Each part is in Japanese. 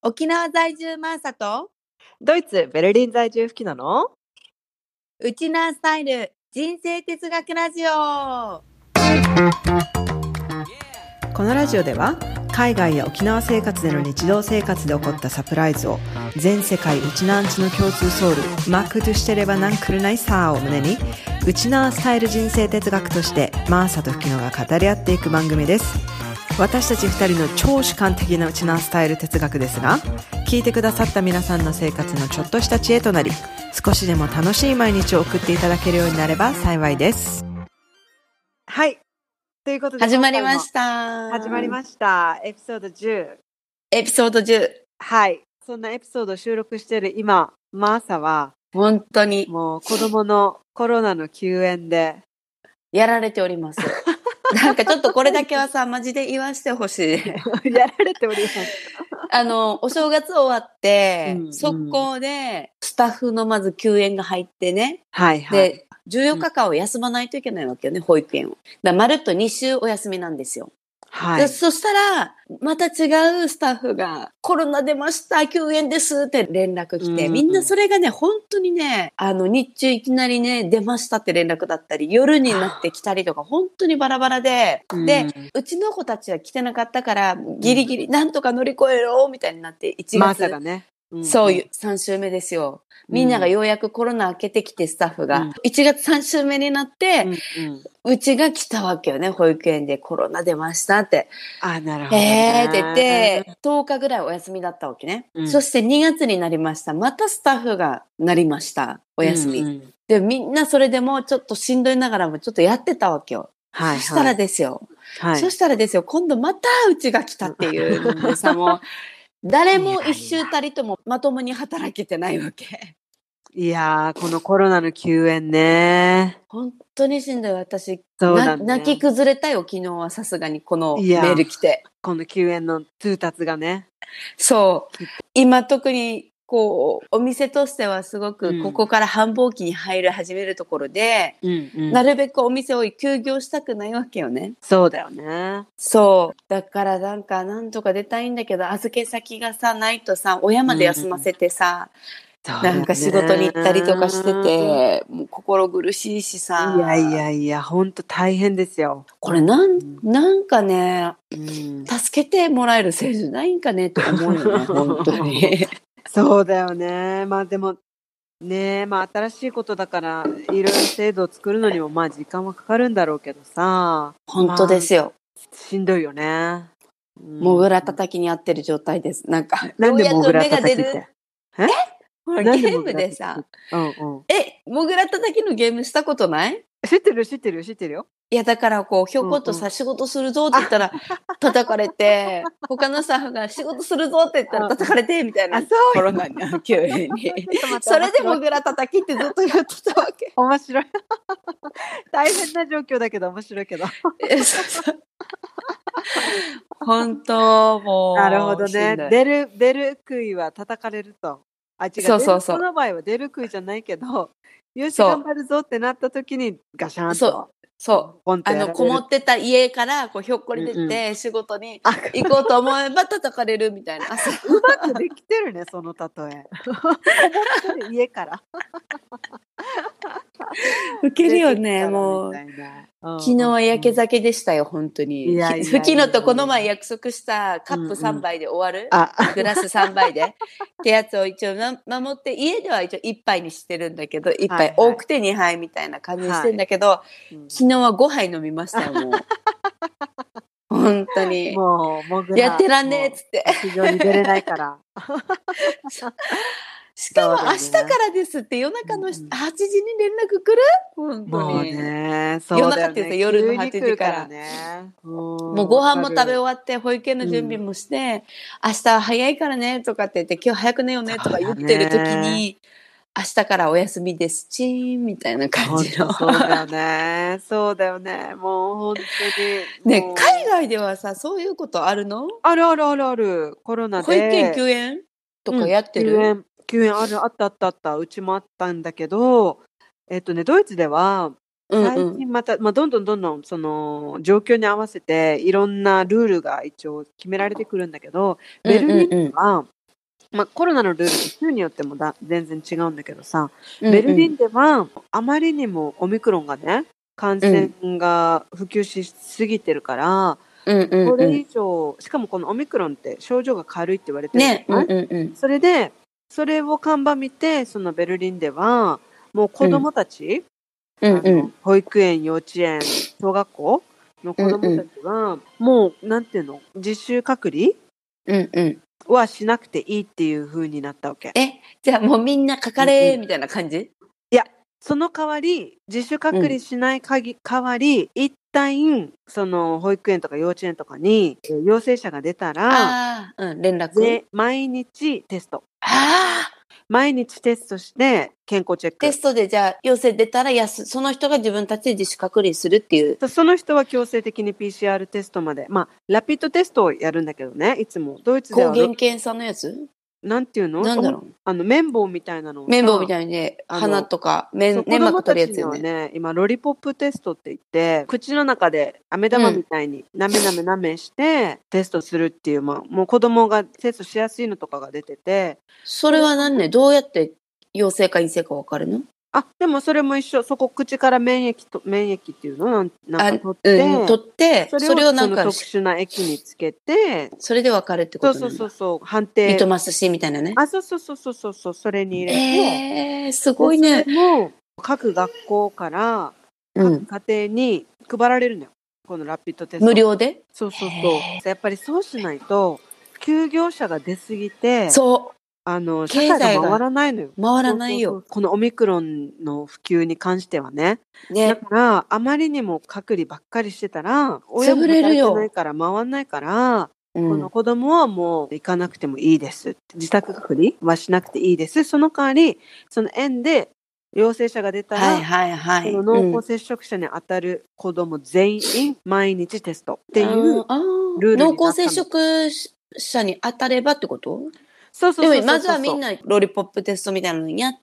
沖縄在住マーサとドイツベルリン在住フキノのウチナースタイル人生哲学ラジオ。 このラジオでは海外や沖縄生活での日常生活で起こったサプライズを全世界ウチナーンチの共通ソウルマックとしてればなんくるないさーを胸にウチナースタイル人生哲学としてマーサとフキノが語り合っていく番組です。私たち2人の超主観的なウチナースタイル哲学ですが、聞いてくださった皆さんの生活のちょっとした知恵となり、少しでも楽しい毎日を送っていただけるようになれば幸いです。はい、ということで始まりました。 エピソード10。 エピソード10。 はい、そんなエピソードを収録している今、マーサは本当にもう子供のコロナの休園でやられておりますなんかちょっとこれだけはさマジで言わしてほしいやられておりますお正月終わって、速攻でスタッフのまず休園が入ってね、 はいはい、 で14日間を休まないといけないわけよね、保育園を。だまるっと2週お休みなんですよ。 はい、 でそしたらまた違うスタッフがコロナ出ました休園ですって連絡来て、みんなそれがね本当にね日中いきなりね出ましたって連絡だったり夜になってきたりとか本当にバラバラで、でうちの子たちは来てなかったからギリギリなんとか乗り越えろみたいになって1月、 マーサがね、 そういう3週目ですよ。みんながようやくコロナ明けてきてスタッフが、1月3週目になって、うちが来たわけよね、保育園でコロナ出ましたって。 あ、なるほどね。 って言って10日ぐらいお休みだったわけね、そして2月になりました。またスタッフがなりましたお休み、でみんなそれでもちょっとしんどいながらもちょっとやってたわけよ、そしたらですよ、そしたらですよ今度またうちが来たっていうんでさもう誰も一週たりともまともに働けてないわけ。 いやー、このコロナの休園ね。 本当にしんどい。私、 そうだね、 泣き崩れたよ、昨日はさすがにこのメール来て。 この休園の通達がね。 そう。今特にこう、お店としてはすごくここから繁忙期に入り始めるところで、なるべくお店を休業したくないわけよね。 そうだよね。 そう。だからなんとか出たいんだけど、預け先がさ、ないとさ、親まで休ませてさ、なんか仕事に行ったりとかしてて、もう心苦しいしさ。 いや、ほんと大変ですよ。 これなんかね、助けてもらえる制度ないんかねって思うよね、本当に。 そうだよね。まあでも、ね、まあ新しいことだからいろいろ制度を作るのにもまあ時間はかかるんだろうけどさ。 本当ですよ。 しんどいよね。 もぐら叩きに合ってる状態です。なんか、 なんでもぐら叩きって？ ゲームでさ、もぐら叩きのゲームしたことない？ 知ってるよ。 いやだからこうひょこっとさ、仕事するぞって言ったら叩かれて、他のスタッフが仕事するぞって言ったら叩かれてみたいな、コロナに急にそれでもぐら叩きってずっとやってたわけ。 面白い大変な状況だけど面白いけど本当もうなるほどね。出る杭は叩かれると。あ、違う。そうその場合は出る杭じゃないけど、よし頑張るぞってなった時にガシャンと。 そう。こもってた家からこうひょっこり出て仕事に行こうと思えば叩かれるみたいな。 うまくできてるね、その例え。こもってる家から。 ウケるよね、もう。昨日は焼け酒でしたよ、本当に。ふきのとこの前約束したカップ3杯で終わる、グラス3杯で。ってやつを一応守って、家では一応1杯にしてるんだけど、1杯多くて2杯みたいな感じにしてるんだけど、昨日は5杯飲みましたよ、もう。本当に。もう、やってらんねえっつって。 非常に出れないから。 しかも明日からですって夜中の8時に連絡来る？本当に。 もうね、 夜中ってさ、夜の8時から。もうご飯も食べ終わって保育園の準備もして、明日は早いからねとかって言って今日早く寝ようねとか言ってる時に、明日からお休みですチーンみたいな感じの。 そうだよね。そうだよね。もう本当に。ね、海外ではさ、そういうことあるの？ ある。コロナで。 保育園休園とかやってる？ 休園あった。うちもあったんだけど、ドイツでは、最近また、どんどんその状況に合わせていろんなルールが一応決められてくるんだけど、ベルリンはコロナのルールって州によっても全然違うんだけどさ、ベルリンではあまりにもオミクロンがね、感染が普及しすぎてるから、これ以上、しかもこのオミクロンって症状が軽いって言われてるじゃない？それで、それを看板見て、そのベルリンでは、もう子供たち、保育園、幼稚園、小学校の子供たちは、もう、なんていうの、自主隔離はしなくていいっていう風になったわけ。 じゃあもうみんなかかれみたいな感じ？ いや、その代わり、自主隔離しない代わり、一旦、その保育園とか幼稚園とかに陽性者が出たら、 連絡で毎日テスト。毎日テストして健康チェック。 テストでじゃあ陽性出たらその人が自分たちで自主隔離するっていう。 その人は強制的に PCR テストまで。ラピッドテストをやるんだけどね、いつも。ドイツでは。 抗原検査のやつ？ なんていうの？ なんだろう。 綿棒みたいなのを。 綿棒みたいにね、鼻とか粘膜取るやつよね。 今、ロリポップテストって言って、口の中で飴玉みたいになめしてテストするっていう、もう子供がテストしやすいのとかが出てて。 それはどうやって陽性か陰性か分かるの？ でもそれも一緒。そこ口から免疫っていうのなんか取って、それをなんか特殊な液につけて、 それで分かるってことなんだ。 そう。判定。 リトマス紙みたいなね。 そう。それに入れて。 すごいね。 それも各学校から各家庭に配られるのよ。このラピッドテスト。 無料で？ そう。やっぱりそうしないと、休業者が出すぎて、社会が回らないのよ。 回らないよ。 このオミクロンの普及に関してはね。だから、あまりにも隔離ばっかりしてたら、親も働けないから回んないから、この子供はもう行かなくてもいいです。自宅隔離はしなくていいです。その代わり、その園で陽性者が出たら、その濃厚接触者に当たる子供全員毎日テストっていうルールになったの。 濃厚接触者に当たればってこと？ そう。 でもまずはみんなロリポップテストみたいなのやって、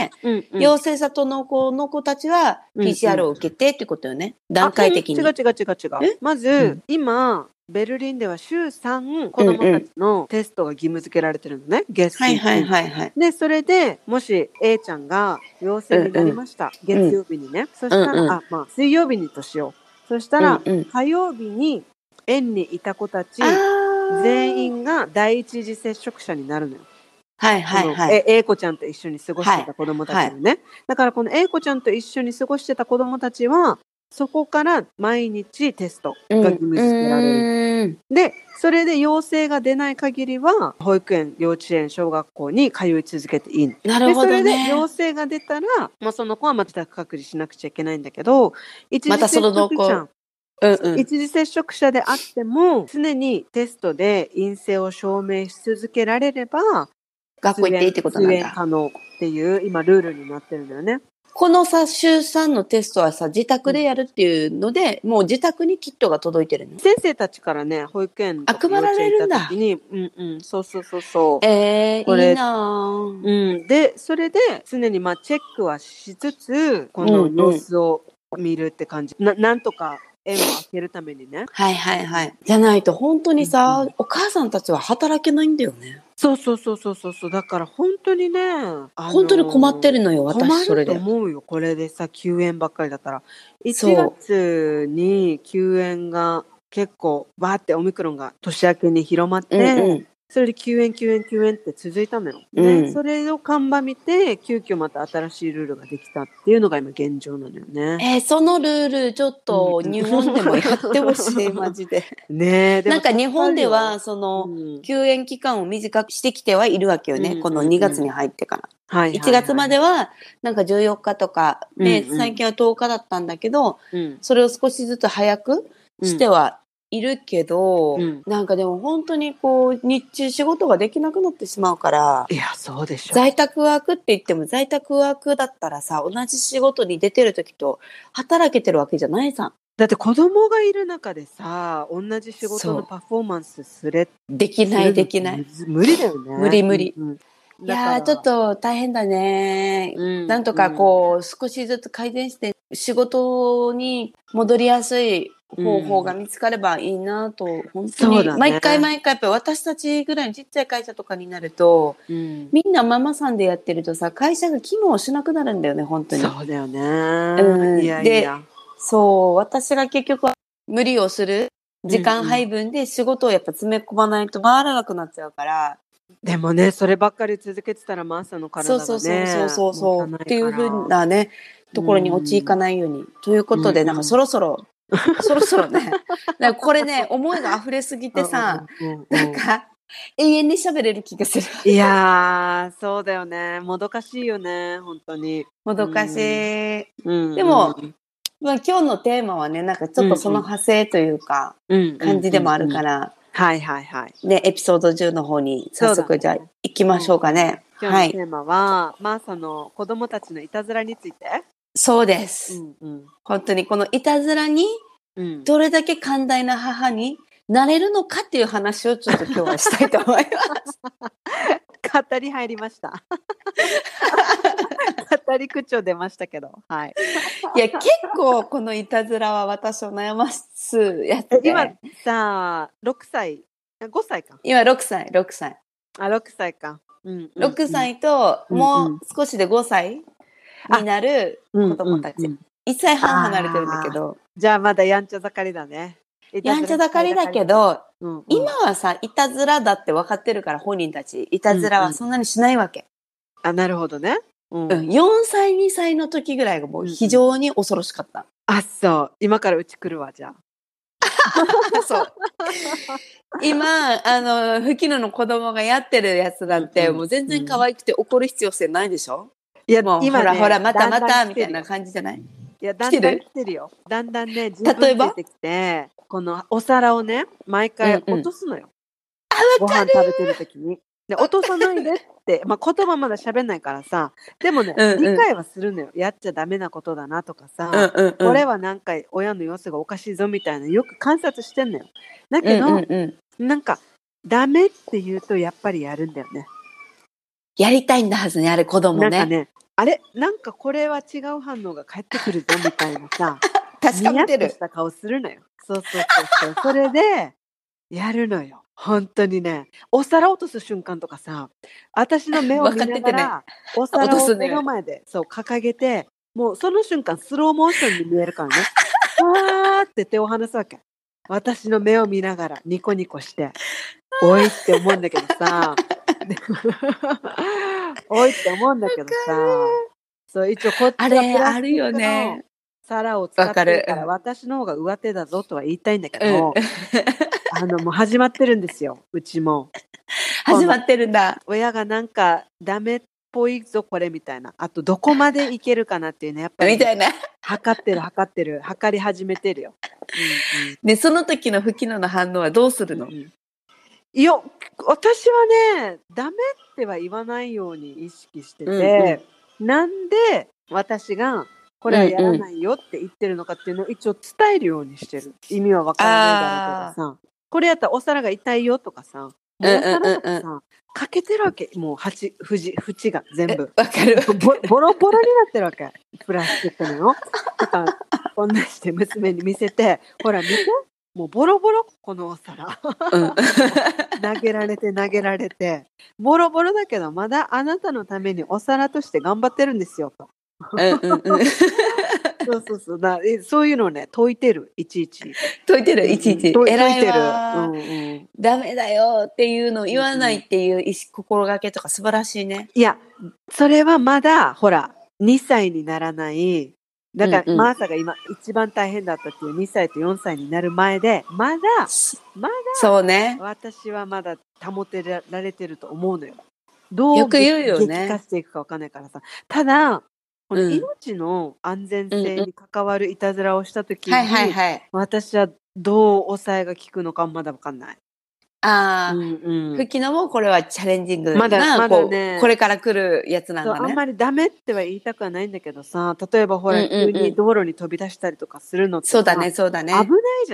陽性者と濃厚の子たちは PCR を受けてってことよね。段階的に。 違う。まず、今、ベルリンでは週3子供たちのテストが義務付けられてるのね。月水金。で、それでもし A ちゃんが陽性になりました。月曜日にね。そしたら、水曜日にとしよう。そしたら、火曜日に園にいた子たち、全員が第一次接触者になるのよ。A 子ちゃんと一緒に過ごしてた子供たちのね。だからこの A 子ちゃんと一緒に過ごしてた子供たちは、そこから毎日テストが義務付けられる。で、それで陽性が出ない限りは、保育園、幼稚園、小学校に通い続けていいの。 なるほどね。 で、それで陽性が出たら、その子はまた自宅隔離しなくちゃいけないんだけど、一時接触者であっても、常にテストで陰性を証明し続けられれば、 学校行っていいってことなんだ。 通園可能っていう今ルールになってるんだよね。 このさ、週3のテストはさ、自宅でやるっていうので、もう自宅にキットが届いてるの？ 先生たちからね、保育園とか配られるんだ。 時に、そう。 いいなぁ。で、それで常にチェックはしつつ、この様子を見るって感じ。なんとか園を開けるためにね。 じゃないと本当にさ、お母さんたちは働けないんだよね。 そう。だから本当にね、 本当に困ってるのよ、私それで。 困ると思うよ、これでさ、休園ばっかりだったら。1月に休園が結構バーってオミクロンが年明けに広まって、それで休園って続いたのよ。それを看板見て、急遽また新しいルールができたっていうのが今現状なのよね。 そのルールちょっと日本でもやってほしい、マジで。 ねえ。 なんか日本ではその休園期間を短くしてきてはいるわけよね。この2月に入ってから。1月まではなんか14日とかで、最近は10日だったんだけど、それを少しずつ早くしてはいるけど、なんかでも本当にこう日中仕事ができなくなってしまうから。 いや、そうでしょ。 在宅ワークって言っても在宅ワークだったらさ、同じ仕事に出てる時と働けてるわけじゃないさ。 だって子供がいる中でさ、同じ仕事のパフォーマンスできない。 無理だよね。 無理。いやー、ちょっと大変だね。なんとかこう、少しずつ改善して、仕事に戻りやすい方法が見つかればいいなと、本当に、毎回やっぱり私たちぐらいのちっちゃい会社とかになると、みんなママさんでやってるとさ、会社が機能しなくなるんだよね、本当に。 そうだよね。いやいや。 で、そう、私が結局は無理をする時間配分で仕事をやっぱ詰め込まないと回らなくなっちゃうから。 でもね、そればっかり続けてたらマーサの体がね、 そうっていうふうなね、ところに陥かないように。ということで、なんかそろそろね、なんかこれね、思いが溢れすぎてさ、なんか永遠に喋れる気がする。 いやー、そうだよね。もどかしいよね、本当に。 もどかしい。でも、まあ、今日のテーマはね、なんかちょっとその派生というか、感じでもあるから、 はいはいはい。 で、エピソード10の方に早速じゃあ行きましょうかね。 今日のテーマは、マーサの子供たちのいたずらについて。 そうです。本当にこのいたずらに、どれだけ寛大な母になれるのかっていう話をちょっと今日はしたいと思います。 語り入りました。語り口調出ましたけど。はい。 いや、結構このいたずらは私を悩ますやつで。 今さ、6歳、5歳か。 今6歳。 あ、6歳か。 6歳と、もう少しで5歳になる子供たち。1歳半離れてるんだけど。 じゃあまだやんちゃ盛りだね。 やんちゃ盛りだけど、今はさ、いたずらだって分かってるから本人たち、いたずらはそんなにしないわけ。 あ、なるほどね。 4歳、2歳の時ぐらいがもう非常に恐ろしかった。 あ、そう。今からうち来るわ、じゃあ。そう。今、フキノの子供がやってるやつなんて、もう全然可愛くて怒る必要性ないでしょ？いや、もう今、ほら、またみたいな感じじゃない？ いや、だんだん来てるよ。だんだんね、自分出てきて、このお皿をね、毎回落とすのよ。ご飯食べてる時に。で、落とさないでって、まあ、言葉まだ喋んないからさ、でもね、理解はするのよ。やっちゃダメなことだなとかさ、これはなんか親の様子がおかしいぞみたいな、よく観察してんのよ。だけど、なんか、ダメって言うとやっぱりやるんだよね。 やりたいんだはずね、あれ子供ね。 なんかね、あれなんかこれは違う反応が返ってくるぞみたいなさ、 確かめてる。 ニヤッとした顔するのよ。そう。それで、やるのよ。本当にね、お皿落とす瞬間とかさ、私の目を見ながら、お皿を目の前でそう掲げて、もうその瞬間スローモーションに見えるからね、わーって手を離すわけ。私の目を見ながらニコニコして、おいって思うんだけどさ、おいって思うんだけどさ、そう一応こっちはプラスチックの皿を使ってるから、私の方が上手だぞとは言いたいんだけど、もう始まってるんですよ、うちも。 始まってるんだ。 親がなんかダメっぽいぞこれみたいな。あとどこまでいけるかなっていうね、やっぱり、 みたいな。 測り始めてるよ。 で、その時のフキノの反応はどうするの？ いや、私はね、ダメっては言わないように意識してて、なんで私がこれはやらないよって言ってるのかっていうのを一応伝えるようにしてる。意味はわからないだろうけどさ、これやったらお皿が痛いよとかさ、お皿とかさ、かけてるわけ。もう縁が全部。 わかる。 ボロボロになってるわけ。プラスチックのよ。だから、こんなして娘に見せて、ほら見て。もうボロボロ、このお皿。投げられて。ボロボロだけど、まだあなたのためにお皿として頑張ってるんですよ、と。そうそういうのをね、解いてる、いちいち。 解いてる。偉いわ。ダメだよっていうのを言わないっていう心がけとか素晴らしいね。 いや、それはまだ、ほら、2歳にならない。だから、マーサが今一番大変だったっていう2歳と4歳になる前で、まだ、 そうね。 私はまだ保てられてると思うのよ。どうよく言うよね。 激化していくか分かんないからさ。ただ、この命の安全性に関わるいたずらをしたときに、私はどう抑えが効くのかまだ分かんない。 フキノもこれはチャレンジングな、まだね、これから来るやつなんだね。 あんまりダメっては言いたくはないんだけどさ、例えばほら、急に道路に飛び出したりとかするのってさ、 そうだね。 危ないじゃない。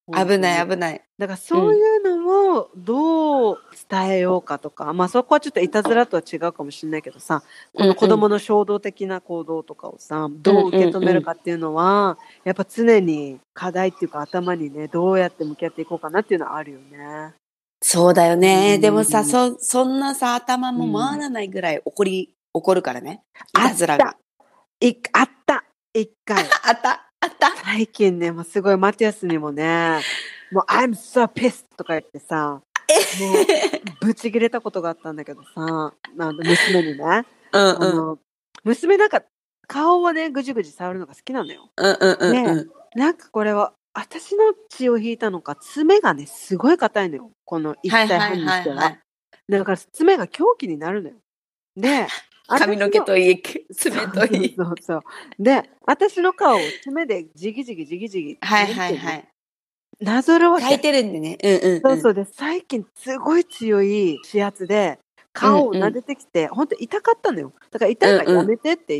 危ない危ない。 だからそういうのをどう伝えようかとか、まあそこはちょっといたずらとは違うかもしれないけどさ、この子供の衝動的な行動とかをさ、どう受け止めるかっていうのは、やっぱ常に課題っていうか頭にね、どうやって向き合っていこうかなっていうのはあるよね。そうだよね。でもさ、そんなさ、頭も回らないぐらい起こるからね。いたずらが。あった。一回。あった。最近ね、もうすごいマティアスにもね、もう I'm so pissed とか言ってさ、もうブチ切れたことがあったんだけどさ、娘にね。娘なんか顔をね、ぐじぐじ触るのが好きなのよ。で、なんかこれは私の血を引いたのか、爪がね、すごい硬いのよ。この1歳半にしては。だから爪が凶器になるのよ。で、髪の毛といい、爪といい。そう。で、私の顔を爪でジギジギ。なぞるわけ。書いてるんでね。そう。で、最近すごい強い指圧で、顔を撫でてきて、ほんと痛かったのよ。だから痛いからやめてって言って、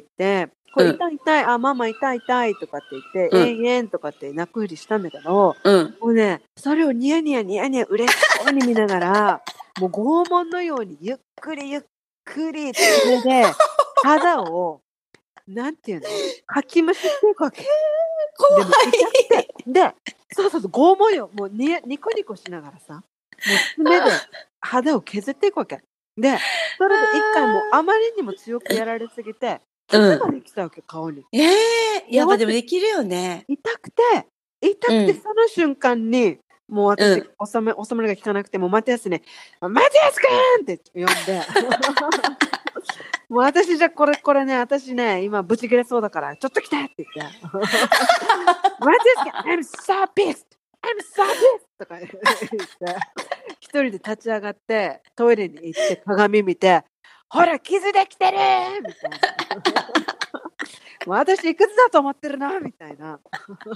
これ痛い、ママ痛いとかって言って、えんとかって泣くふりしたんだけど、もうね、それをニヤニヤ嬉しそうに見ながら、もう拷問のようにゆっくり爪で肌をなんていうの、かきむしっていくわけ。怖い。で、そう拷問よ。もうニコニコしながらさ、もう爪で肌を削っていくわけ。で、それで一回もうあまりにも強くやられすぎて、傷ができたわけ、顔に。やっぱでもできるよね。痛くてその瞬間に、もう私、おさめが効かなくて、もうマティアスに、マティアスくんって呼んで、もう私じゃこれね、私ね、今ブチ切れそうだから、ちょっと来てって言って、マティアスくん、I'm so pissed! とか言って、一人で立ち上がって、トイレに行って鏡見て、ほら、傷できてるみたいな。私いくつだと思ってるのみたいな。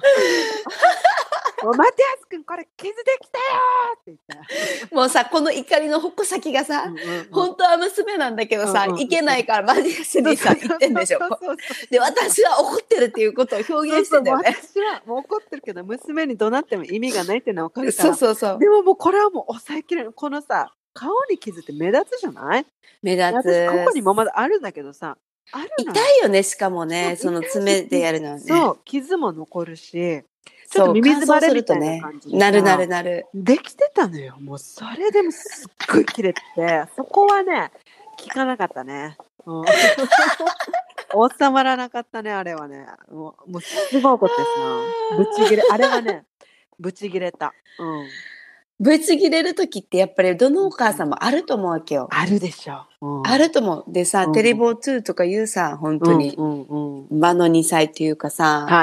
マティアス君これ傷できたよって言って。もうさ、この怒りの矛先がさ、本当は娘なんだけどさ、いけないからマティアスにさ、言ってんでしょ。で、私は怒ってるっていうことを表現してんだよね。私はもう怒ってるけど、娘に怒鳴っても意味がないっていうのは分かるから。そう。でももうこれはもう抑えきれる。このさ、顔に傷って目立つじゃない？目立つ。ここにもまだあるんだけどさ、痛いよね、しかもね、その爪でやるのはね。そう、傷も残るし、ちょっとミミズバレみたいな感じで、なる。できてたのよ。もうそれでもすっごい切れて、そこはね、効かなかったね。収まらなかったね、あれはね。もうすごい怒ってさ、ぶち切れ、あれはね、ぶち切れた。ぶち切れる時ってやっぱりどのお母さんもあると思うわけよ。あるでしょ。あると思う。でさ、テレボー2とかいうさ、本当に、間の2歳っていうかさ、はい。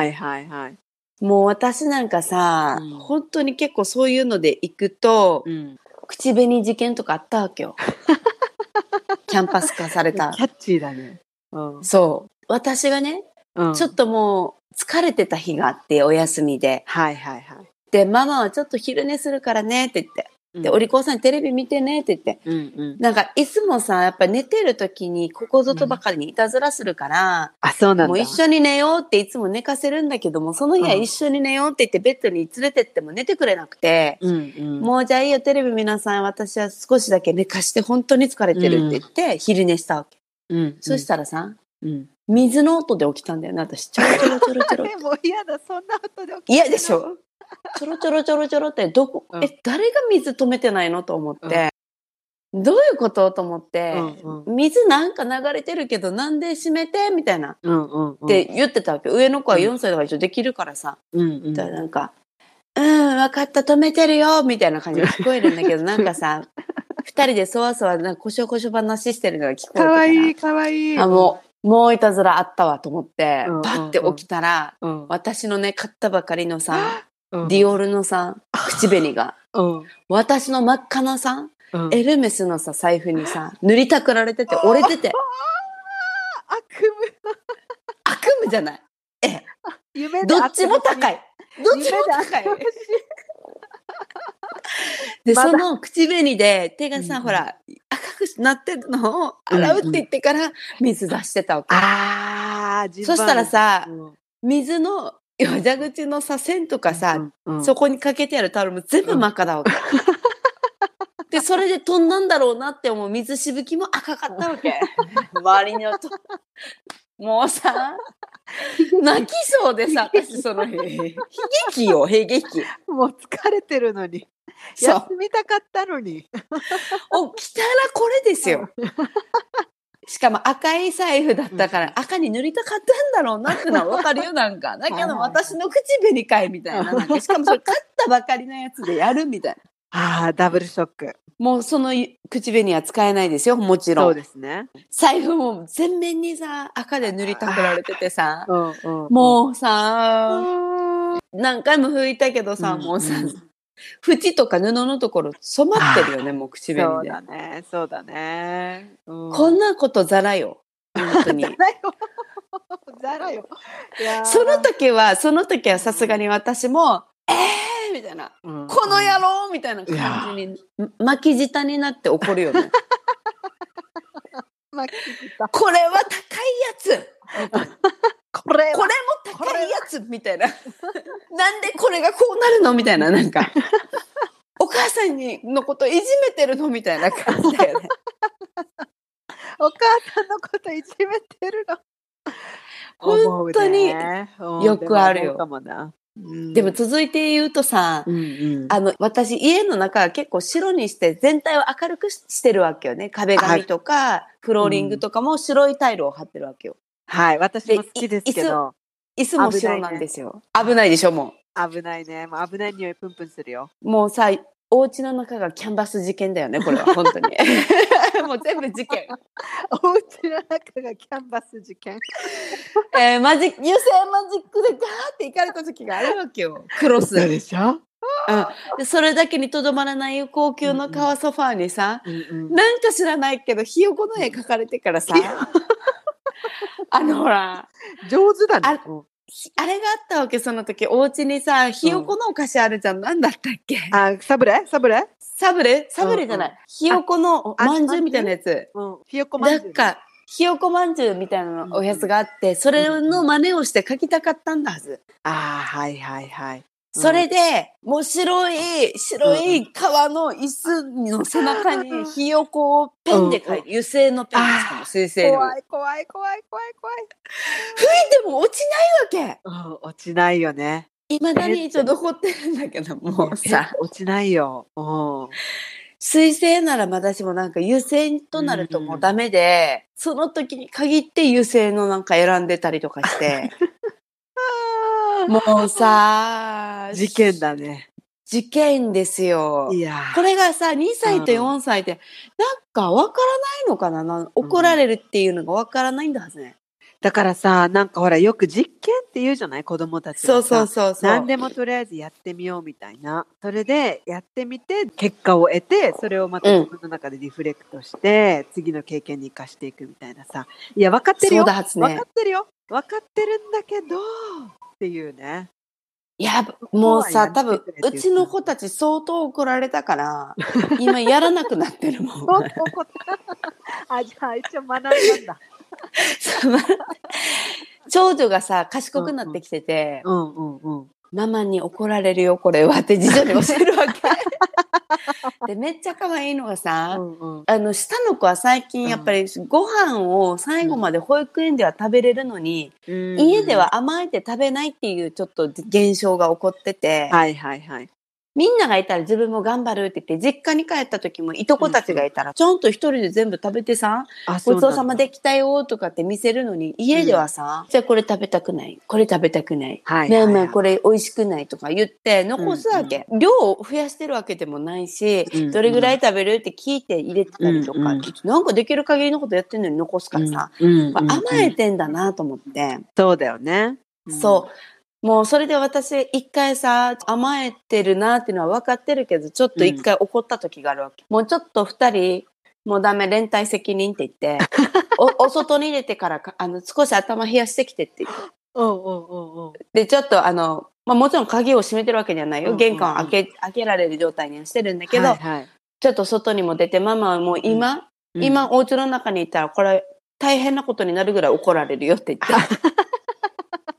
もう私なんかさ、本当に結構そういうので行くと、口紅事件とかあったわけよ。キャンパス化された。キャッチーだね。そう。私がね、ちょっともう疲れてた日があって、お休みで。はい。で、ママはちょっと昼寝するからねって言って。で、お利口さんテレビ見てねって言って。なんか、いつもさ、やっぱり寝てる時にここぞとばかりにいたずらするから、そうなんだ。もう一緒に寝ようっていつも寝かせるんだけども、その日は一緒に寝ようって言ってベッドに連れてっても寝てくれなくて、もうじゃあいいよテレビ皆さん、私は少しだけ寝かして本当に疲れてるって言って昼寝したわけ。そしたらさ、水の音で起きたんだよね、私。ちょろ。もう嫌だ、そんな音で起きた。嫌でしょ？ちょろって誰が水止めてないのと思って、どういうことと思って、水なんか流れてるけどなんで閉めてみたいな、って言ってたわけ。上の子は4歳だから一応できるからさ、なんか分かった止めてるよみたいな感じで聞こえるんだけどなんかさ2人でそわそわなんかこしょ話してるのが聞こえてかわいい。もういたずらあったわと思って、パッて起きたら、私のね買ったばかりのさディオールのさ、口紅が、私の真っ赤なさ、エルメスのさ、財布にさ、塗りたくられてて、折れてて。悪夢じゃない。どっちも高い。で、その口紅で手がさ、ほら、赤くなってるのを洗うって言ってから水出してたわけ。そしたらさ、水の蛇口のさ、線とかさ、そこにかけてあるタオルも全部真っ赤だわけ。で、それで飛んだんだろうなって思う水しぶきも赤かったわけ。周りに音。もうさ、泣きそうでさ、私その日。悲劇よ、悲劇。 もう疲れてるのに。休みたかったのに。 起きたらこれですよ。しかも赤い財布だったから赤に塗りたかったんだろうなってのはわかるよ、なんか。だけど私の口紅かいみたいな。なんかしかもそれ買ったばかりのやつでやるみたいな。 ああ、ダブルショック。 もうその口紅は使えないですよ、もちろん。 そうですね。 財布も全面にさ、赤で塗りたくられててさ、もうさ、何回も拭いたけどさ、もうさ、縁とか布のところ染まってるよね、もう口紅で。 そうだね、そうだね。 こんなことざらよ。本当に。 ざらよ。 その時はさすがに私も、みたいな、この野郎みたいな感じに巻き舌になって怒るよね。これは高いやつこれも高いやつみたいな。なんでこれがこうなるのみたいな、なんか。お母さんのこといじめてるのみたいな感じだよね。 お母さんのこといじめてるの。 本当によくあるよ。でも続いて言うとさ、私家の中は結構白にして全体を明るくしてるわけよね。壁紙とかフローリングとかも白いタイルを貼ってるわけよ。 はい、私も好きですけど。 椅子も白なんですよ。危ないでしょ、もう。危ないね。もう危ない匂いプンプンするよ。 もうさ、お家の中がキャンバス事件だよね、これは、本当に。もう全部事件。 お家の中がキャンバス事件。 油性マジックでガーって行かれた時があるわけよ。クロス。 でしょ？ でそれだけにとどまらない高級の革ソファーにさ、なんか知らないけど、ひよこの絵描かれてからさ、ほら。 上手だね。 あれがあったわけ、その時。お家にさ、ひよこのお菓子あるじゃん。なんだったっけ？ サブレじゃない。ひよこのまんじゅうみたいなやつ。 ひよこまんじゅう。 なんか、ひよこまんじゅうみたいなおやつがあって、それの真似をして描きたかったんだはず。 はいはいはい。 それで、もう白い革の椅子の背中にひよこをペンで描いて、油性のペンですかも、水性の。 怖い。 拭いても落ちないわけ。落ちないよね。 未だに一応残ってるんだけど、もうさ。 落ちないよ。 水性ならまだしもなんか油性となるともうダメで、その時に限って油性のなんか選んでたりとかして。もうさ、 事件だね。 事件ですよ。これがさ、2歳と4歳って、なんかわからないのかな、怒られるっていうのがわからないんだはずね。 だからさ、なんかほら、よく実験って言うじゃない？子供たちはさ。 そう。 何でもとりあえずやってみようみたいな。それでやってみて、結果を得て、それをまた自分の中でリフレクトして、次の経験に生かしていくみたいなさ。いや、分かってるよ。 そうだはずね。 分かってるよ。分かってるんだけど、っていうね。 いや、もうさ、多分、うちの子たち相当怒られたから、今やらなくなってるもん。 じゃあ一応学んだんだ。 長女がさ、賢くなってきてて、ママに怒られるよ、これはって次女に教えるわけ。で、めっちゃ可愛いのがさ、下の子は最近やっぱりご飯を最後まで保育園では食べれるのに、家では甘えて食べないっていうちょっと現象が起こってて、みんながいたら自分も頑張るって言って、実家に帰った時もいとこたちがいたら、ちょんと一人で全部食べてさ、ごちそうさまできたよとかって見せるのに、家ではさ、じゃあこれ食べたくない、これ食べたくない、これ美味しくないとか言って残すわけ。量を増やしてるわけでもないし、どれぐらい食べるって聞いて入れてたりとか、なんかできる限りのことやってんのに残すからさ、甘えてんだなと思って。 そうだよね。 そう。もうそれで私一回さ、甘えてるなっていうのは分かってるけど、ちょっと一回怒った時があるわけ。もうちょっと二人、もうダメ、連帯責任って言って、お外に入れてから少し頭冷やしてきてって言って。で、ちょっともちろん鍵を閉めてるわけじゃないよ。玄関を開けられる状態にはしてるんだけど、ちょっと外にも出て、ママはもう今お家の中にいたらこれ大変なことになるぐらい怒られるよって言って。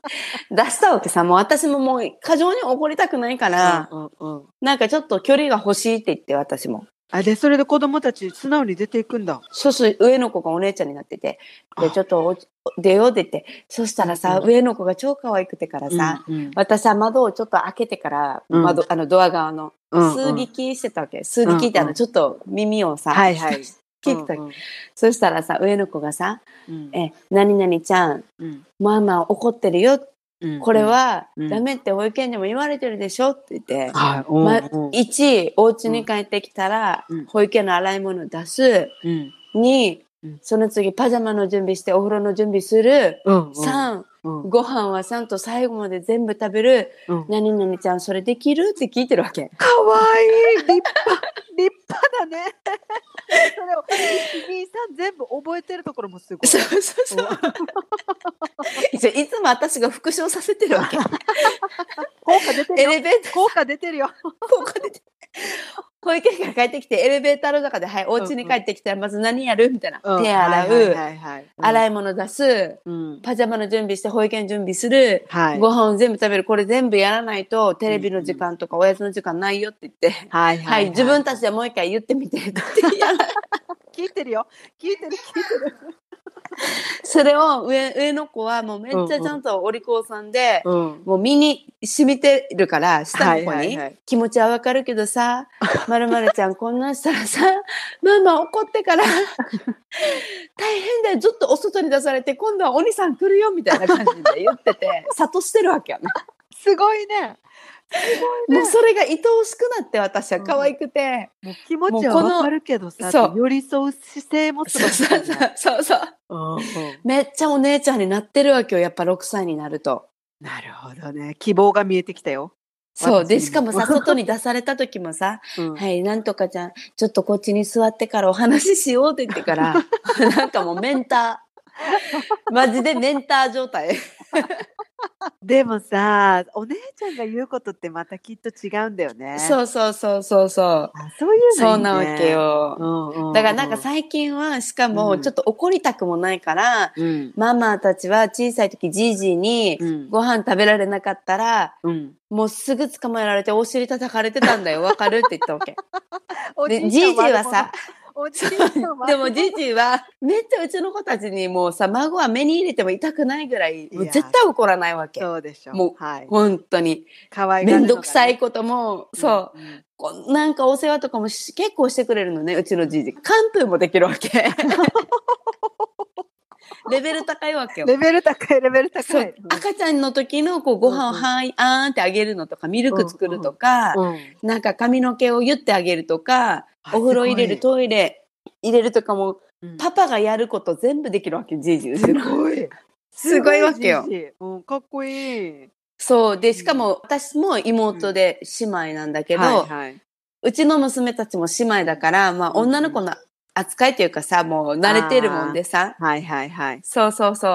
出したわけさ。もう私ももう過剰に怒りたくないから、なんかちょっと距離が欲しいって言って私も。 で、それで子供たち素直に出ていくんだ。 そうそう、上の子がお姉ちゃんになってて、で、ちょっと出ようって言って、そしたらさ、上の子が超可愛くてからさ、私は窓をちょっと開けてから、ドア側の、数撃してたわけ。数撃ってちょっと耳をさ、聞いてたわけ。そしたらさ、上の子がさ、何々ちゃん、ママ怒ってるよ。これはダメって保育園でも言われてるでしょって言って、1、お家に帰ってきたら保育園の洗い物出す。2、その次パジャマの準備してお風呂の準備する。3、ご飯はちゃんと最後まで全部食べる。何々ちゃんそれできるって聞いてるわけ。 かわいい。立派だね。それを1、2、3全部覚えてるところもすごい。 そう。いつも私が復唱させてるわけ。 効果出てるよ。効果出てるよ。 保育園から帰ってきてエレベーターの中で、はい、お家に帰ってきたらまず何やるみたいな。手洗う、洗い物出す、パジャマの準備して保育園準備する、ご飯を全部食べる。これ全部やらないとテレビの時間とかおやつの時間ないよって言って、はい、自分たちでもう一回言ってみてって聞いてるよ。聞いてる。 それを上の子はもうめっちゃちゃんとお利口さんで、もう身に染みてるから下の子に、気持ちはわかるけどさ、まるまるちゃんこんなんしたらさ、ママ怒ってから大変だよ、ずっとお外に出されて今度はお兄さん来るよみたいな感じで言ってて諭してるわけよね。 すごいね。 もうそれが愛おしくなって私は可愛くて、 もう気持ちはわかるけどさ、寄り添う姿勢もすごい、ね、 そう、めっちゃお姉ちゃんになってるわけよ、やっぱ6歳になると。 なるほどね、希望が見えてきたよ。 そうで、しかもさ、外に出された時もさ、はいなんとかちゃんちょっとこっちに座ってからお話ししようって言ってからなんかもうメンターマジでメンター状態でもさ、お姉ちゃんが言うことってまたきっと違うんだよね。 そう。そういうのいいね。そうなわけよ。だからなんか最近はしかもちょっと怒りたくもないから、ママたちは小さい時じいじにご飯食べられなかったら、もうすぐ捕まえられてお尻叩かれてたんだよ。わかるって言ったわけ。で、じいじはさ、でもじいじはめっちゃうちの子たちにもうさ、孫は目に入れても痛くないぐらい、もう絶対怒らないわけ。 そうでしょ。 もう、本当に。めんどくさいことも、なんかお世話とかも結構してくれるのね、うちのじいじ。完封もできるわけ。レベル高いわけよ。 レベル高い。 赤ちゃんの時のご飯をあーんってあげるのとか、ミルク作るとか、なんか髪の毛を言ってあげるとか、お風呂入れる、トイレ入れるとかも、パパがやること全部できるわけ、じいじ。 すごいわけよ。 かっこいい。 そうで、しかも私も妹で姉妹なんだけど、うちの娘たちも姉妹だから、まあ女の子の扱いというかさ、もう慣れてるもんでさ。そう。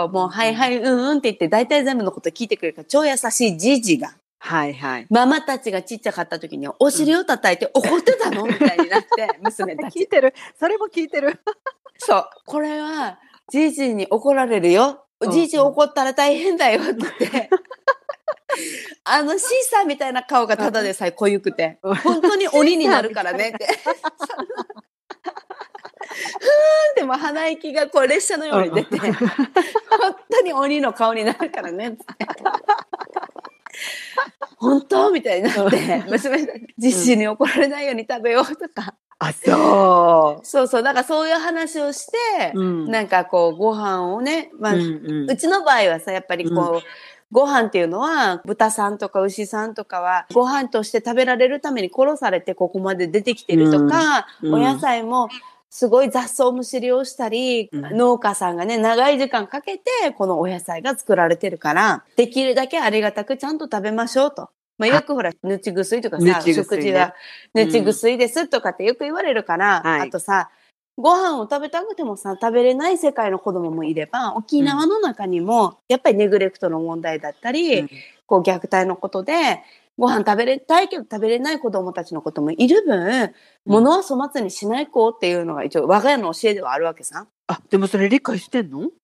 もう、はいって言って、大体全部のこと聞いてくれるから、超優しいじいじが。ママたちがちっちゃかった時に、お尻を叩いて怒ってたのみたいになって、娘たち。 聞いてる。それも聞いてる。 そう。これは、じいじに怒られるよ。じいじ怒ったら大変だよって言って。シーサーみたいな顔がただでさえ濃ゆくて、本当に鬼になるからねって。でも鼻息がこう列車のように出て、本当に鬼の顔になるからねって。本当みたいになって、娘が実施に怒られないように食べようとか。そう。だからそういう話をして、なんかこうご飯をね、うちの場合はさ、やっぱりこう、ご飯っていうのは豚さんとか牛さんとかはご飯として食べられるために殺されてここまで出てきてるとか、お野菜もすごい雑草むしりをしたり、農家さんがね、長い時間かけてこのお野菜が作られてるから、できるだけありがたくちゃんと食べましょうと。よくほら、ぬちぐすいとかさ、食事はぬちぐすいですとかってよく言われるから、あとさ、ご飯を食べたくてもさ、食べれない世界の子供もいれば、沖縄の中にも、やっぱりネグレクトの問題だったり、こう虐待のことで、ご飯食べれたいけど食べれない子供たちのこともいる分、物は粗末にしない子っていうのが一応我が家の教えではあるわけさ。 でもそれ理解してんの？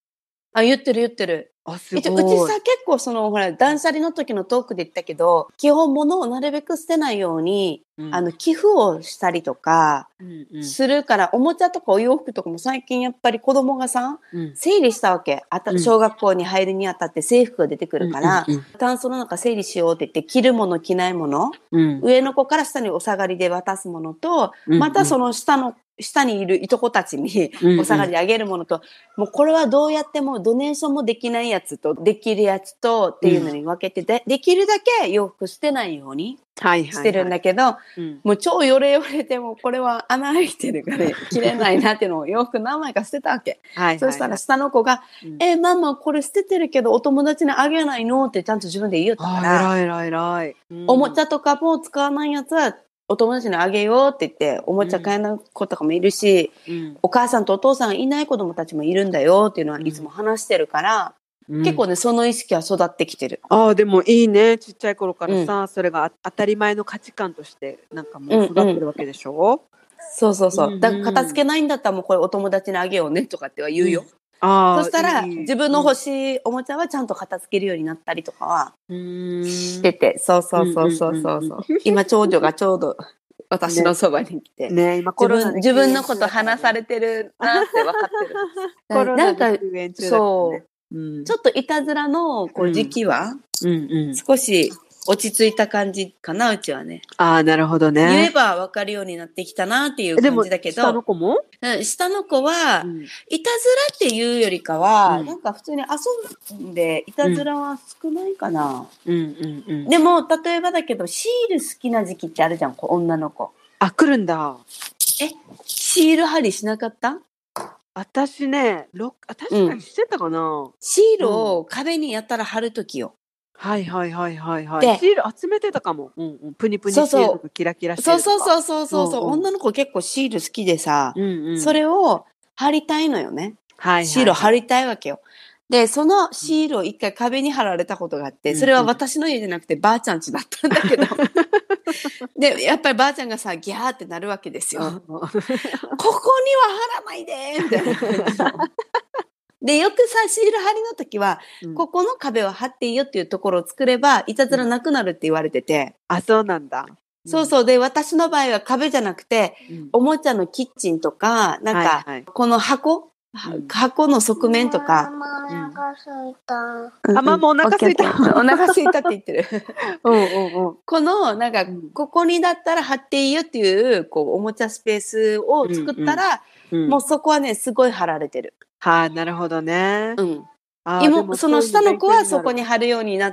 あ、言ってる。 あ、すごい。 うちさ、結構ほら、断捨離の時のトークで言ったけど、基本物をなるべく捨てないように、寄付をしたりとか、するから、おもちゃとかお洋服とかも最近やっぱり子供がさ、整理したわけ。小学校に入るにあたって制服が出てくるから、タンスの中整理しようって言って、着るもの着ないもの、上の子から下にお下がりで渡すものと、またその下にいるいとこたちにお下がりであげるものと、もうこれはどうやってもドネーションもできないやつとできるやつとっていうのに分けてできるだけ洋服捨てないようにしてるんだけど、もう超ヨレヨレでもこれは穴開いてるから着れないなっていうのを洋服何枚か捨てたわけ。そしたら下の子が、ママこれ捨ててるけどお友達にあげないのってちゃんと自分で言いよったから、 偉い。 おもちゃとかも使わないやつはお友達にあげようって言って、おもちゃ買えない子とかもいるし、お母さんとお父さんがいない子供たちもいるんだよっていうのはいつも話してるから、結構ね、その意識は育ってきてる。 ああ、でもいいね。ちっちゃい頃からさ、それが当たり前の価値観として、なんかもう育ってるわけでしょ？ そう。だから片付けないんだったらもうこれお友達にあげようねとかっては言うよ。そしたら自分の欲しいおもちゃはちゃんと片付けるようになったりとかはしてて、そう。今長女がちょうど私のそばに来て、 今自分のこと話されてるなって分かってる。なんかそう、ちょっといたずらの時期は少し落ち着いた感じかな、うちはね。 ああ、なるほどね。 言えば分かるようになってきたなっていう感じだけど。 下の子も？ 下の子は、いたずらっていうよりかは、なんか普通に遊んで、いたずらは少ないかな。でも、例えばだけど、シール好きな時期ってあるじゃん、女の子。 あ、来るんだ。 シール貼りしなかった？ 私ね、確かにしてたかな。 シールを壁にやったら貼るときよ。 はい。シール集めてたかも。プニプニシールとかキラキラシールとか。 そう。女の子結構シール好きでさ、それを貼りたいのよね。シールを貼りたいわけよ。で、そのシールを一回壁に貼られたことがあって、それは私の家じゃなくてばあちゃん家だったんだけど。で、やっぱりばあちゃんがさ、ギャーってなるわけですよ。ここには貼らないでみたいな感じ。で、よくさ、シール貼りの時は、ここの壁を貼っていいよっていうところを作れば、いたずらなくなるって言われてて。 あ、そうなんだ。 そう。で、私の場合は壁じゃなくて、おもちゃのキッチンとか、なんか、この箱の側面とか。 ママお腹すいた。 ママお腹すいた。 お腹すいたって言ってる。この、なんか、ここにだったら貼っていいよっていう、おもちゃスペースを作ったら、もうそこはね、すごい貼られてる。 なるほどね。 その下の子はそこに貼るようになって、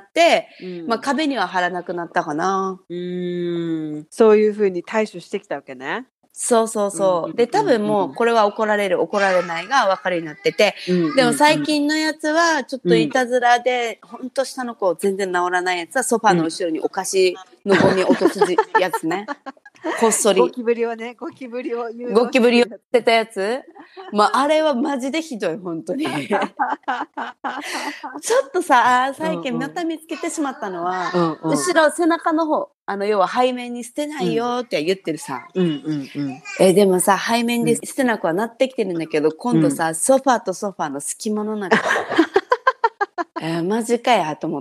壁には貼らなくなったかな。 そういう風に対処してきたわけね。 そう。で、多分もうこれは怒られる、怒られないが分かるようになってて、でも最近のやつはちょっといたずらで、ほんと下の子全然治らないやつはソファーの後ろにお菓子のゴミ落とすやつね。こっそり。 ゴキブリを言う。 ゴキブリを捨てたやつ。あれはマジでひどい、本当に。ちょっとさ、最近また見つけてしまったのは、後ろ背中の方、要は背面に捨てないよって言ってるさ。でもさ、背面で捨てなくはなってきてるんだけど、今度さ、ソファーとソファーの隙間の中。マジかやと思って、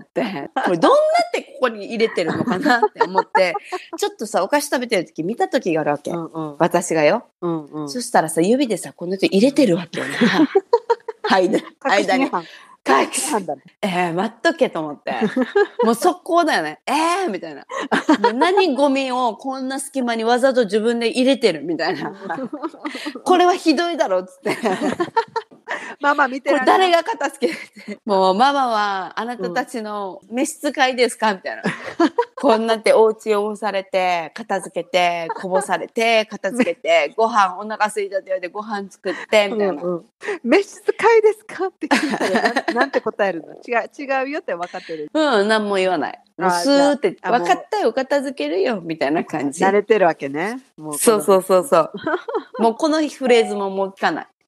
これどんなってここに入れてるのかなって思って、ちょっとさ、お菓子食べてる時見た時があるわけ。私がよ。そしたらさ、指でさ、この人入れてるわけよね。間に。待っとけと思って。もう速攻だよね。みたいな。何ゴミをこんな隙間にわざと自分で入れてるみたいな。これはひどいだろっつって。 ママ見てられない。誰が片付けて。もうママはあなたたちの召使いですかみたいな。こんなってお家を押されて、片付けて、こぼされて、片付けて、ご飯お腹空いたって言われてご飯作って、みたいな。 召使いですかって聞いたらなんて答えるの？違うよって分かってる。 何も言わない。もうスーって、分かったよ、片付けるよ、みたいな感じ。 慣れてるわけね。 そう。もうこのフレーズももう聞かない。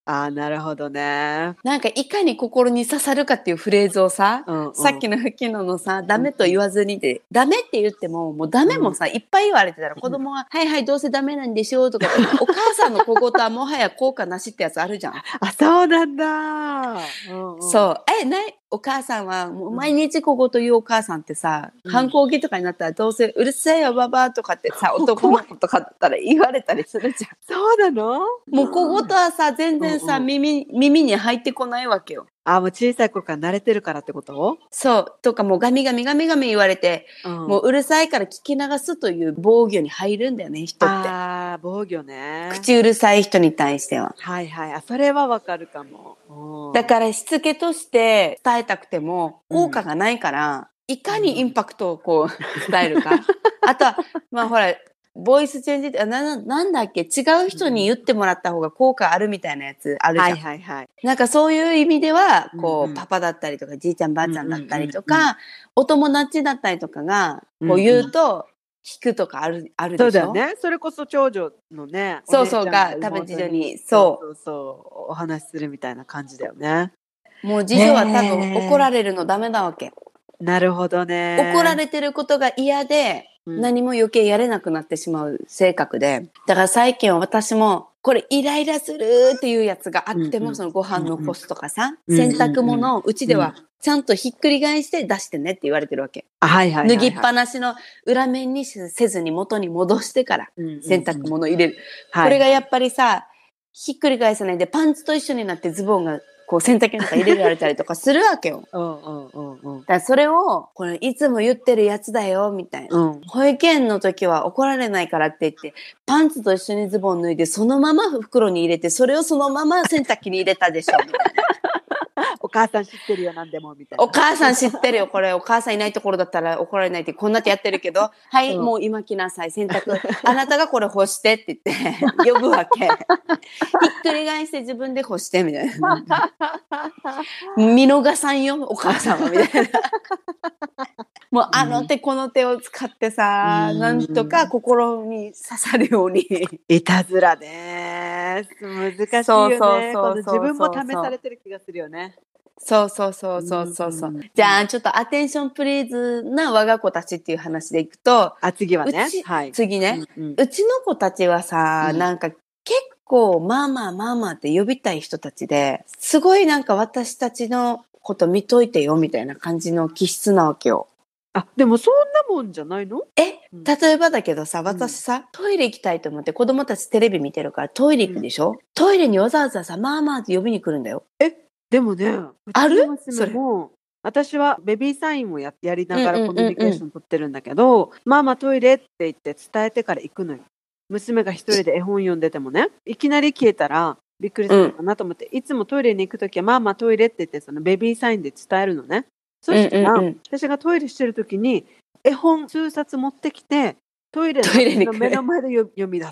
なるほどね。 なんかいかに心に刺さるかっていうフレーズをさ、さっきの吹きのさ、ダメと言わずにで、ダメって言っても、もうダメもさ、いっぱい言われてたら子供が、はいはい、どうせダメなんでしょうとか、お母さんの小言はもはや効果なしってやつあるじゃん。 そうなんだ。 そう。お母さんは、もう毎日小言言うお母さんってさ、反抗期とかになったらどうせうるさいよババアとかってさ、男の子とかだったら言われたりするじゃん。 そうなの？ もう小言はさ、全然さ、耳に入ってこないわけよ。 もう小さい頃から慣れてるからってこと？ そう。とかもうガミガミ言われて、もううるさいから聞き流すという防御に入るんだよね、人って。 防御ね。 口うるさい人に対しては。 はいはい。それはわかるかも。 だからしつけとして伝えたくても効果がないから、いかにインパクトをこう伝えるか。あとは、まあほら、ボイスチェンジって、なんだっけ、違う人に言ってもらった方が効果あるみたいなやつあるじゃん。はいはいはい。なんかそういう意味では、こう、パパだったりとか、じいちゃんばあちゃんだったりとか、お友達だったりとかが、こう言うと、聞くとかあるでしょ。 そうだよね。それこそ長女のね、 そうが、多分次女に、 お話しするみたいな感じだよね。 もう次女は多分怒られるのダメだわけ。 なるほどね。 怒られてることが嫌で、何も余計やれなくなってしまう性格で。だから最近は私も、これイライラするっていうやつがあっても、そのご飯残すとかさ、洗濯物をうちではちゃんとひっくり返して出してねって言われてるわけ。脱ぎっぱなしの裏面にせずに元に戻してから洗濯物入れる。これがやっぱりさ、ひっくり返さないでパンツと一緒になってズボンがこう洗濯機の中に入れられたりとかするわけよ。だからそれを、これいつも言ってるやつだよ、みたいな。保育園の時は怒られないからって言って、パンツと一緒にズボン脱いで、そのまま袋に入れて、それをそのまま洗濯機に入れたでしょ、みたいな。 お母さん知ってるよ、なんでも、みたいな。 お母さん知ってるよ、これ。お母さんいないところだったら怒られないって、こんなってやってるけど、はい、もう今来なさい、洗濯。あなたがこれ干してって言って、呼ぶわけ。ひっくり返して自分で干して、みたいな。見逃さんよ、お母さんは、みたいな。もうあの手この手を使ってさ、なんとか心に刺さるように。 いたずらね。難しいよね。自分も試されてる気がするよね。 そう。じゃあ、ちょっとアテンションプリーズな我が子たちっていう話でいくと。 次はね。 次ね。うちの子たちはさ、なんか結構、ママって呼びたい人たちで、すごいなんか私たちのこと見といてよみたいな感じの気質なわけよ。 でもそんなもんじゃないの？ 例えばだけどさ、私さ、トイレ行きたいと思って子供たちテレビ見てるからトイレ行くでしょ？トイレにわざわざさ、ママって呼びに来るんだよ。 でもね、 ある？ それも私はベビーサインもやりながらコミュニケーション取ってるんだけど、ママトイレって言って伝えてから行くのよ。娘が一人で絵本読んでてもね、いきなり消えたらびっくりするかなと思って、いつもトイレに行くときはママトイレって言ってそのベビーサインで伝えるのね。そしたら、私がトイレしてるときに絵本数冊持ってきてトイレの目の前で読み出す。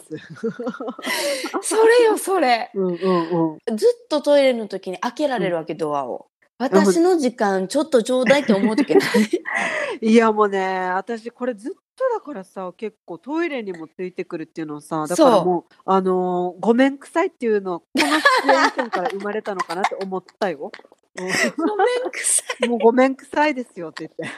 それ。ずっとトイレの時に開けられるわけ、ドアを。私の時間ちょっとちょうだいって思う時ない？ いやもうね、私これずっとだからさ、結構トイレにもついてくるっていうのをさ、だからもうごめんくさいっていうのこのシチュエーションから生まれたのかなって思ったよ。 ごめんくさい。 もうごめんくさいですよって言って。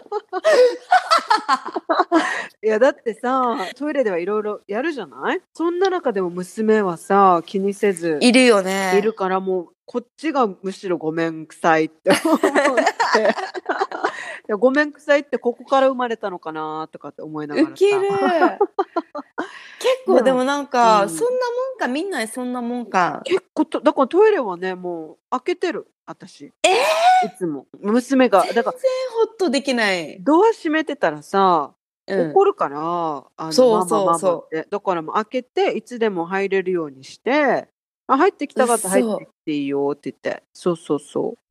いやだってさ、トイレではいろいろやるじゃない？そんな中でも娘はさ、気にせずいるよね。 いるからもうこっちがむしろごめんくさいって思っていやごめんくさいってここから生まれたのかなとかって思いながらさ。 ウケる。結構でもなんか、そんなもんか、みんなそんなもんか。 結構だからトイレはね、もう開けてる私。いつも娘がだから全然ホッとできない。 ドア閉めてたらさ、怒るから、 そうってだからもう開けていつでも入れるようにして、入ってきたかったら入ってきていいよって言って。そう、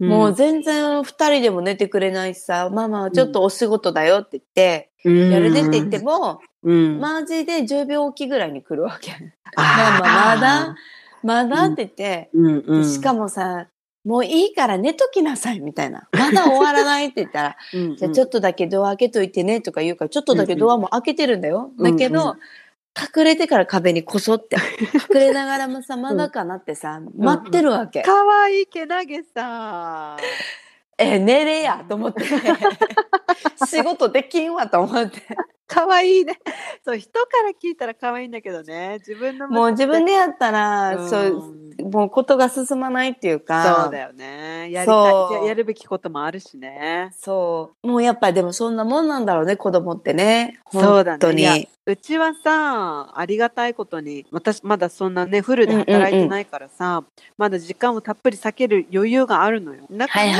もう全然2人でも寝てくれないしさ、ママはちょっとお仕事だよって言って、やるでって言っても、マジで10秒おきぐらいに来るわけ。ママまだって言って、しかもさ、もういいから寝ときなさいみたいな。まだ終わらないって言ったら、じゃあちょっとだけドア開けといてねとか言うから、ちょっとだけドアも開けてるんだよ。だけど、 隠れてから壁にこそって。隠れながらもさ、まだかなってさ、待ってるわけ。 かわいいけなげさ。 寝れやと思って。仕事できんわと思って。 かわいいね。そう、人から聞いたらかわいいんだけどね。 もう自分でやったら、そう、もうことが進まないっていうか。 そうだよね。やるべきこともあるしね。 そう。もうやっぱりでもそんなもんなんだろうね、子供ってね。 そうだね。 本当に。 うちはさ、ありがたいことに、私まだそんなね、フルで働いてないからさ、まだ時間をたっぷり割ける余裕があるのよ。だから、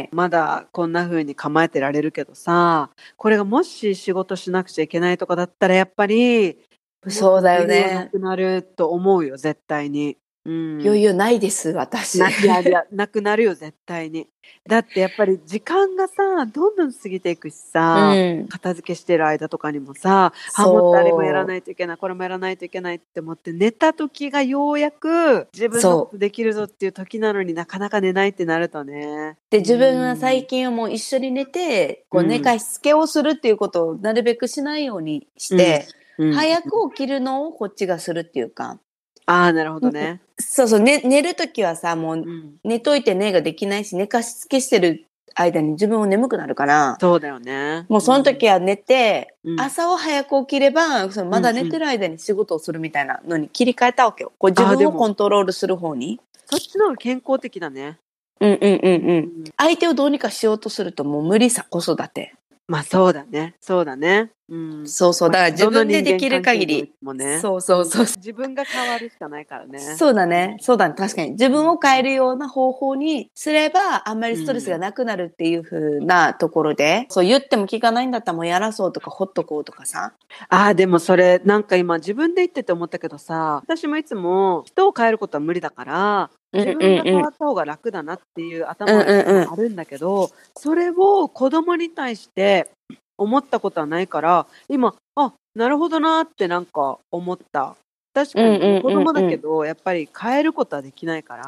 まだこんな風に構えてられるけどさ、これがもし仕事しなくちゃいけないとかだったらやっぱり、 そうだよね。 なくなると思うよ、絶対に。 余裕ないです、私。 いや、なくなるよ、絶対に。だってやっぱり時間がさ、どんどん過ぎていくしさ、片付けしてる間とかにもさ、もっとあれもやらないといけない、これもやらないといけないって思って、寝た時がようやく自分のことできるぞっていう時なのになかなか寝ないってなるとね。 で、自分が最近はもう一緒に寝て、こう寝かしつけをするっていうことをなるべくしないようにして、早く起きるのをこっちがするっていうか。 ああ、なるほどね。 そうそう、寝るときはさ、もう寝といてねができないし、寝かしつけしてる間に自分も眠くなるから。 そうだよね。 もうその時は寝て、朝は早く起きれば、まだ寝てる間に仕事をするみたいなのに切り替えたわけよ。こう自分をコントロールする方に。 そっちの方が健康的だね。 相手をどうにかしようとするともう無理さ、子育て。 まあそうだね。そうだね。 そうそう。だから自分でできる限り。そうそうそう。 自分が変わるしかないからね。 そうだね。そうだね。確かに。自分を変えるような方法にすれば、あんまりストレスがなくなるっていう風なところで、そう言っても聞かないんだったらもうやらそうとか、ほっとこうとかさ。 ああ、でもそれ、なんか今自分で言ってて思ったけどさ、私もいつも人を変えることは無理だから、自分が変わった方が楽だなっていう頭があるんだけど、それを子供に対して思ったことはないから、今、なるほどなってなんか思った。確かに子供だけど、やっぱり変えることはできないから、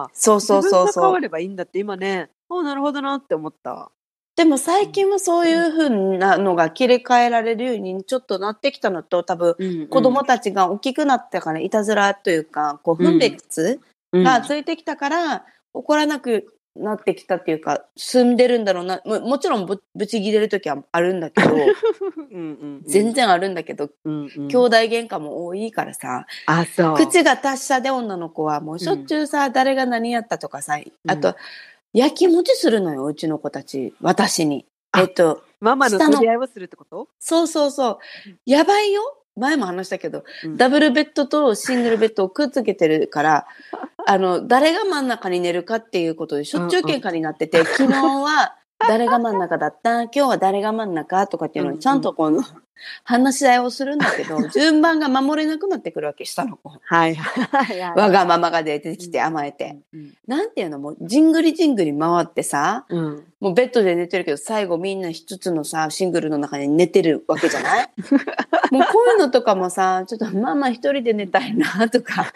自分が変わればいいんだって今ね、なるほどなって思った。 でも最近はそういう風なのが切り替えられるようにちょっとなってきたのと、多分子供たちが大きくなってからいたずらというか、こう分別がついてきたから怒らなくなってきたっていうか、住んでるんだろうな。もちろんぶち切れる時はあるんだけど、全然あるんだけど、兄弟喧嘩も多いからさ、口が達者で女の子はもうしょっちゅうさ、誰が何やったとかさ、あと、焼きもちするのよ、うちの子たち、私に。 ママの取り合いをするってこと？ そうそうそう。やばいよ。前も話したけど、ダブルベッドとシングルベッドをくっつけてるから、誰が真ん中に寝るかっていうことでしょっちゅう喧嘩になってて、昨日は誰が真ん中だった？今日は誰が真ん中とかっていうのにちゃんとこの話し合いをするんだけど、順番が守れなくなってくるわけ、下の子。わがままが出てきて甘えて。なんていうのもう、じんぐりじんぐり回ってさ、もうベッドで寝てるけど、最後みんな一つのさ、シングルの中に寝てるわけじゃないもうこういうのとかもさ、ちょっとママ一人で寝たいなとか。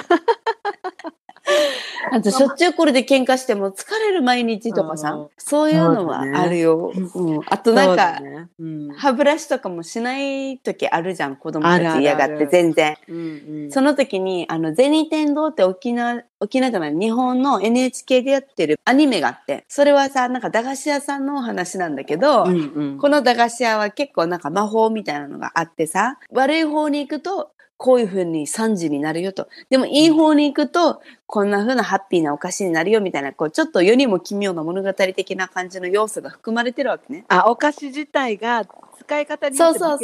あとしょっちゅうこれで喧嘩しても疲れる毎日とかさ、そういうのはあるよ。あとなんか、歯ブラシとかもしない時あるじゃん、子供たち嫌がって全然。その時に、銭天堂って沖縄じゃない、日本の NHK でやってるアニメがあって、それはさ、なんか駄菓子屋さんのお話なんだけど、この駄菓子屋は結構なんか魔法みたいなのがあってさ、悪い方に行くと、こういう風に3時になるよと。でもいい方に行くと、こんな風なハッピーなお菓子になるよみたいな、こうちょっと世にも奇妙な物語的な感じの要素が含まれてるわけね。 お菓子自体が使い方によってそう。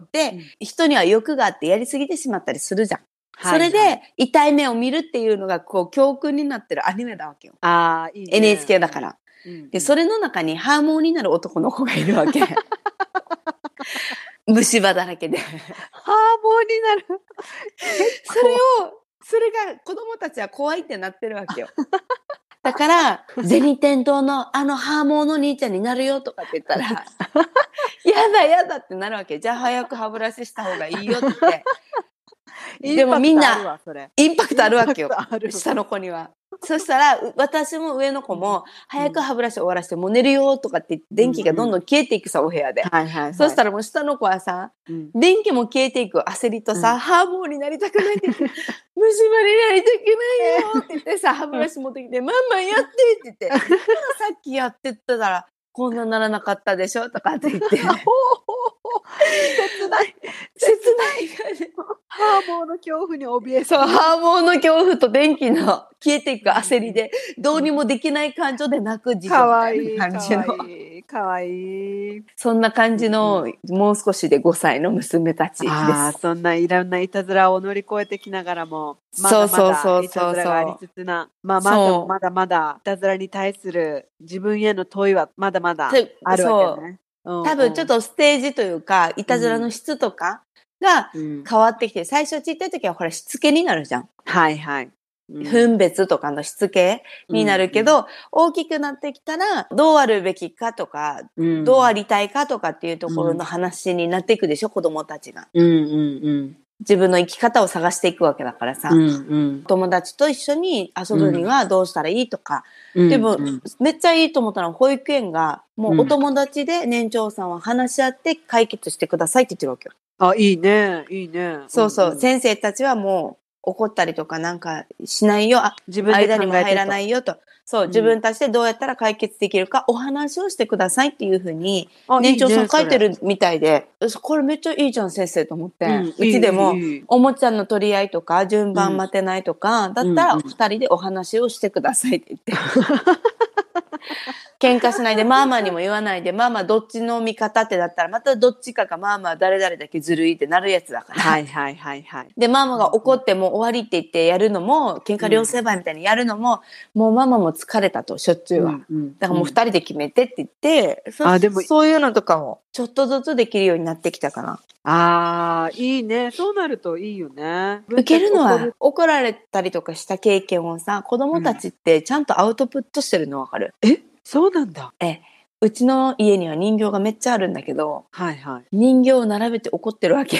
で、人には欲があってやりすぎてしまったりするじゃん。それで、痛い目を見るっていうのが、こう、教訓になってるアニメだわけよ。 いいね。 NHK だから。で、それの中にハーモニーになる男の子がいるわけ。虫歯だらけで。 ハーモニーになる。 それが子供たちは怖いってなってるわけよ。だから、銭天堂のハーモーの兄ちゃんになるよとかって言ったら、やだってなるわけ。じゃあ早く歯ブラシした方がいいよって。でもみんな、インパクトあるわけよ。下の子には。 そしたら、私も上の子も、早く歯ブラシ終わらせて、もう寝るよとかって電気がどんどん消えていくさ、お部屋で。そしたらもう下の子はさ、電気も消えていく焦りとさ、ハーモンになりたくないって言って、虫歯になりたくないよって言ってさ、歯ブラシ持ってきて、ママやってって言って、さっきやってったら、こんなならなかったでしょとかって言って。切ない。 ハーモンの恐怖に怯えそう、ハーモンの恐怖と電気の消えていく焦りで、どうにもできない感情で泣く自分みたいな感じの。 かわいい。 そんな感じの、もう少しで5歳の娘たちです。 そんないろんないたずらを乗り越えてきながらも、まだまだいたずらがありつつな、まだまだいたずらに対する自分への問いはまだまだあるわけね。 多分ちょっとステージというか、いたずらの質とかが変わってきて、最初ちっちゃい時はほらしつけになるじゃん。 はいはい。 分別とかのしつけになるけど、大きくなってきたら、どうあるべきかとか、どうありたいかとかっていうところの話になっていくでしょ、子供たちが。自分の生き方を探していくわけだからさ。友達と一緒に遊ぶにはどうしたらいいとか。でも、めっちゃいいと思ったのは、保育園が、もうお友達で年長さんは話し合って解決してくださいって言ってるわけよ。 いいね、いいね。 そうそう、先生たちはもう、怒ったりとかなんかしないよ。自分で間にも入らないよと。そう、自分たちでどうやったら解決できるかお話をしてくださいっていうふうに、年長さん書いてるみたいで、これめっちゃいいじゃん先生と思って。うちでも、おもちゃの取り合いとか、順番待てないとか、だったら二人でお話をしてくださいって言って。喧嘩しないで、ママにも言わないで、ママどっちの味方ってだったら、またどっちかがママ誰々だけずるいってなるやつだから。 はいはいはいはい。 で、ママが怒ってもう終わりって言ってやるのも、喧嘩両成敗みたいにやるのも、もうママも疲れたと、しょっちゅうは。だからもう二人で決めてって言って、でもそういうのとかも、ちょっとずつできるようになってきたかな。 いいね。そうなるといいよね。 受けるのは、怒られたりとかした経験をさ、子供たちってちゃんとアウトプットしてるのわかる？ そうなんだ。 うちの家には人形がめっちゃあるんだけど、人形を並べて怒ってるわけ。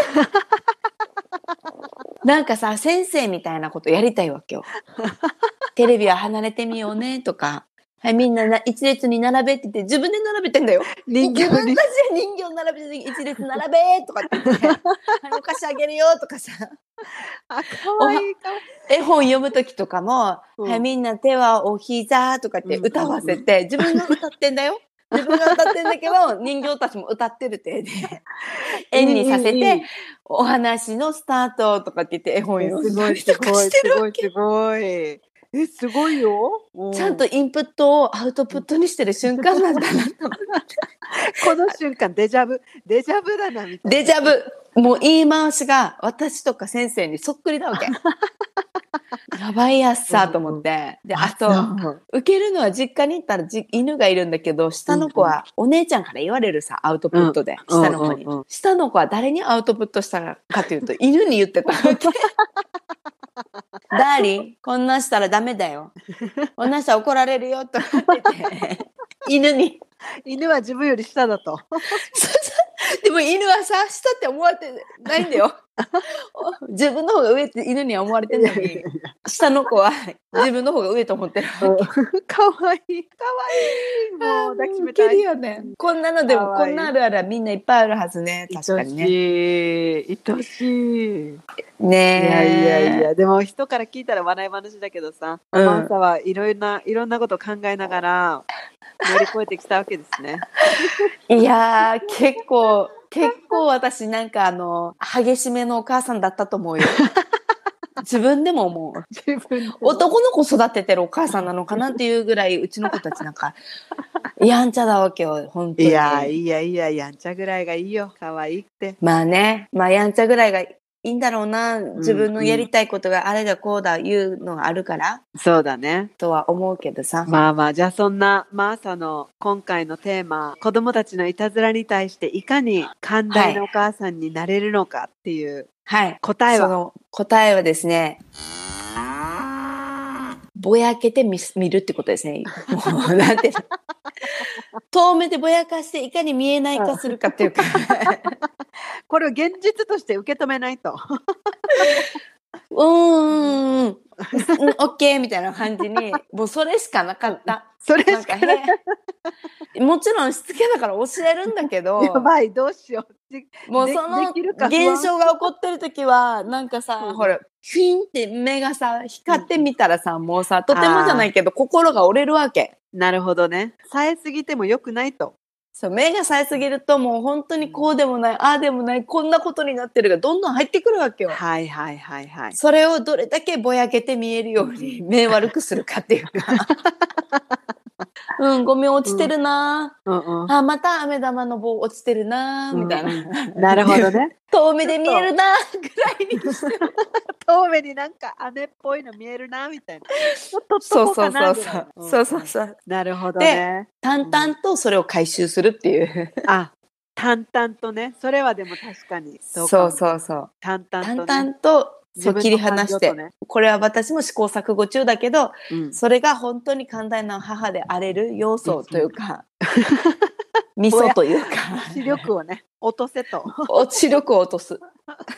なんかさ、先生みたいなことやりたいわけよ。テレビは離れてみようねとか、はい、みんな一列に並べって言って、自分で並べてんだよ。自分たちで人形並べて一列並べとかって言って、はい、お菓子あげるよとかさ。 かわいいかわいい。 絵本読むときとかも、はい、みんな手はお膝とかって歌わせて、自分が歌ってんだよ。自分が歌ってんだけど、人形たちも歌ってる手で、円にさせて、お話のスタートとかって言って絵本読んだりとかしてるわけ。 すごい。すごいよ。 ちゃんとインプットをアウトプットにしてる瞬間なんだなと思って。 この瞬間、デジャブだな、みたいな。 デジャブ。もう言い回しが私とか先生にそっくりだわけ。やばいやっさと思って。で、あと、受けるのは実家に行ったら犬がいるんだけど、下の子はお姉ちゃんから言われるさ、アウトプットで。下の子に。下の子は誰にアウトプットしたかというと、犬に言ってたわけ。ダーリン、こんなしたらダメだよ。こんなしたら怒られるよとか言ってて。 犬は自分より下だと。 でも犬はさ、下って思われてないんだよ。自分の方が上って犬には思われてるのに、下の子は自分の方が上と思ってる。 かわいい。もう抱きしめたい。 ウケるよね。こんなのでも、こんなあるあるはみんないっぱいあるはずね。確かにね。 愛しい。 ねいや、でも人から聞いたら笑い話だけどさ、マンサはいろんなことを考えながら乗り越えてきたわけですね。 いやー、結構私なんか激しめのお母さんだったと思うよ。自分でも思う。男の子育ててるお母さんなのかなっていうぐらい、うちの子たちなんか、やんちゃだわけよ、本当に。 いや、やんちゃぐらいがいいよ。可愛いって。 まあね、やんちゃぐらいがいいんだろうな。自分のやりたいことがあれだこうだいうのがあるから。 そうだね。 とは思うけどさ。 じゃあそんなマーサの今回のテーマ、子供たちのいたずらに対していかに寛大なお母さんになれるのかっていう答えは、 その答えはですね、ぼやけて見るってことですね。もうなんて遠目でぼやかしていかに見えないかするかっていうかこれを現実として受け止めないと。 オッケーみたいな感じに、もうそれしかなかった。 それしかもちろんしつけだから教えるんだけど、 やばい、どうしよう。もうその現象が起こってる時は、なんかさ、ほら、フィンって目がさ、光ってみたらさ、もうさ、とてもじゃないけど、心が折れるわけ。 なるほどね。冴えすぎても良くないと。 そう、目が冴えすぎるともう本当にこうでもない、ああでもない、こんなことになってるがどんどん入ってくるわけよ。 はいはいはいはい。 それをどれだけぼやけて見えるように目悪くするかっていうか。ゴミ落ちてるな、あ、また飴玉の棒落ちてるな、みたいな。 なるほどね。 遠目で見えるな、ぐらいにして。 遠目になんか飴っぽいの見えるな、みたいな。 そうそうそうそう。 なるほどね。 で、淡々とそれを回収するっていう。 あ、淡々とね。それはでも確かに。 そう。 淡々 とそう切り離して、これは私も試行錯誤中だけど、それが本当に寛大な母であれる要素というか、味噌というか、 視力をね、落とせと。 視力を落とす。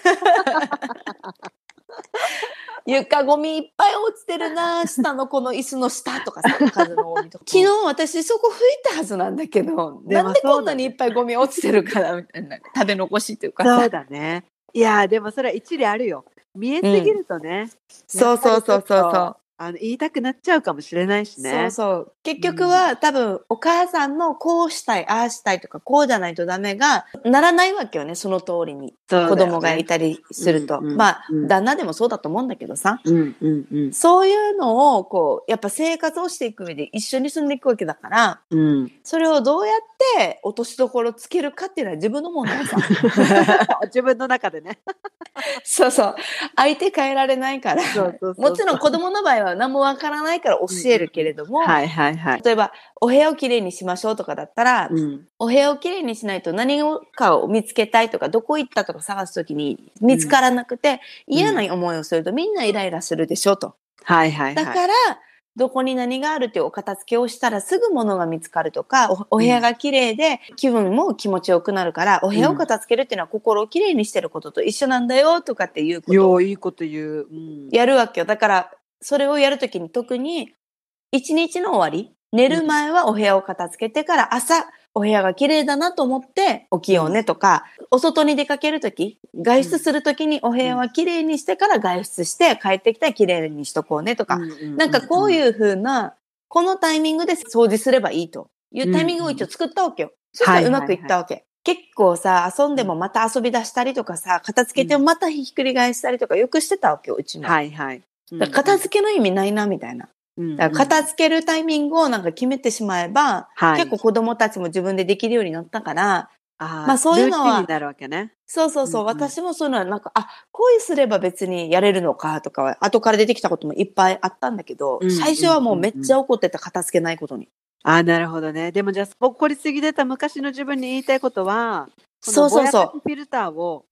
床ゴミいっぱい落ちてるな、下のこの椅子の下とかさ、数のゴミとか。昨日私そこ拭いたはずなんだけど、なんでこんなにいっぱいゴミ落ちてるかなみたいな、食べ残しというかさ。そうだね。いやでもそれは一理あるよ。見えすぎるとね。 そう。 言いたくなっちゃうかもしれないしね。 そう。結局は、多分お母さんのこうしたい、ああしたいとか、こうじゃないとダメがならないわけよね、その通りに。子供がいたりすると。まあ、旦那でもそうだと思うんだけどさ。そういうのを、こう、やっぱ生活をしていく上で一緒に住んでいくわけだから、それをどうやって落としどころつけるかっていうのは自分の問題さ。 自分の中でね。 そう。相手変えられないから。もちろん子供の場合は何もわからないから教えるけれども、例えばお部屋をきれいにしましょうとかだったら、お部屋をきれいにしないと何かを見つけたいとか、どこ行ったとか探すときに見つからなくて、嫌な思いをするとみんなイライラするでしょと。だからどこに何があるっていうお片付けをしたらすぐ物が見つかるとか、お部屋がきれいで気分も気持ちよくなるから、お部屋を片付けるっていうのは心をきれいにしてることと一緒なんだよとかっていうことをいいこと言う。 やるわけよ。だからそれをやるときに特に一日の終わり、寝る前はお部屋を片付けてから朝お部屋が綺麗だなと思って起きようねとか、お外に出かけるとき、外出するときにお部屋は綺麗にしてから外出して帰ってきたら綺麗にしとこうねとか、なんかこういう風な、このタイミングで掃除すればいいというタイミングを一応作ったわけよ。そしたらうまくいったわけ。結構さ、遊んでもまた遊び出したりとかさ、片付けてもまたひっくり返したりとかよくしてたわけよ、うちも。片付けの意味ないなみたいな。だから片付けるタイミングをなんか決めてしまえば、結構子供たちも自分でできるようになったから、まあそういうのは、ルーティンになるわけね。そう、私もそういうのはなんか、こうすれば別にやれるのかとかは、後から出てきたこともいっぱいあったんだけど、最初はもうめっちゃ怒ってた、片付けないことに。 なるほどね。でもじゃあ、怒りすぎてた昔の自分に言いたいことは、 そう。 フィルターを、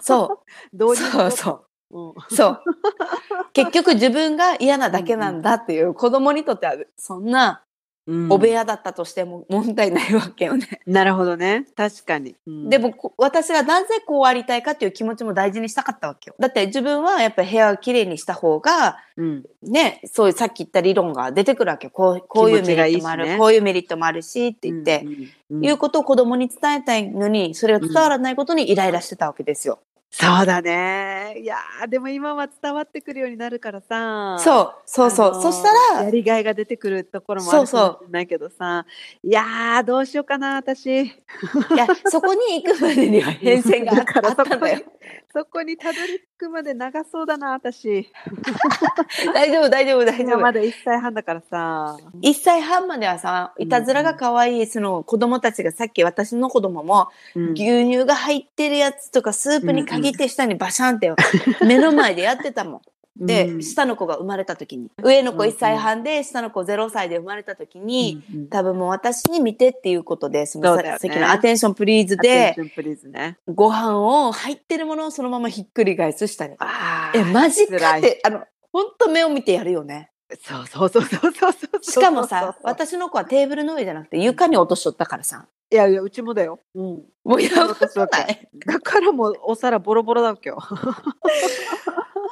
結局自分が嫌なだけなんだっていう子供にとってはそんなお部屋だったとしても問題ないわけよね。 なるほどね。確かに。 でも私がなぜこうありたいかっていう気持ちも大事にしたかったわけよ。だって自分はやっぱり部屋をきれいにした方が、ね、そういうさっき言った理論が出てくるわけよ。こういうメリットもある、こういうメリットもあるしって言って、いうことを子供に伝えたいのに、それが伝わらないことにイライラしてたわけですよ。 そうだね。いやでも今は伝わってくるようになるからさ。 そう。そしたら。 やりがいが出てくるところもあるかもしれないけどさ。いやどうしようかな、私。いや、そこに行くまでには変遷があったんだよ。 そこにたどり着くまで長そうだな、私。 大丈夫。 今まだ1歳半だからさ。 1歳半まではさ、いたずらが可愛い、その子供たちがさっき私の子供も、牛乳が入ってるやつとかスープに限って下にバシャンって目の前でやってたもん。で、下の子が生まれた時に、上の子1歳半で下の子0歳で生まれた時に、多分もう私に見てっていうことで、そのさっきのアテンションプリーズで、ご飯を入ってるものをそのままひっくり返す下に。マジかって、ほんと目を見てやるよね。 そう。 しかもさ、私の子はテーブルの上じゃなくて床に落としとったからさ。 いや、うちもだよ。 もうやばくない？ だからもうお皿ボロボロだわけよ。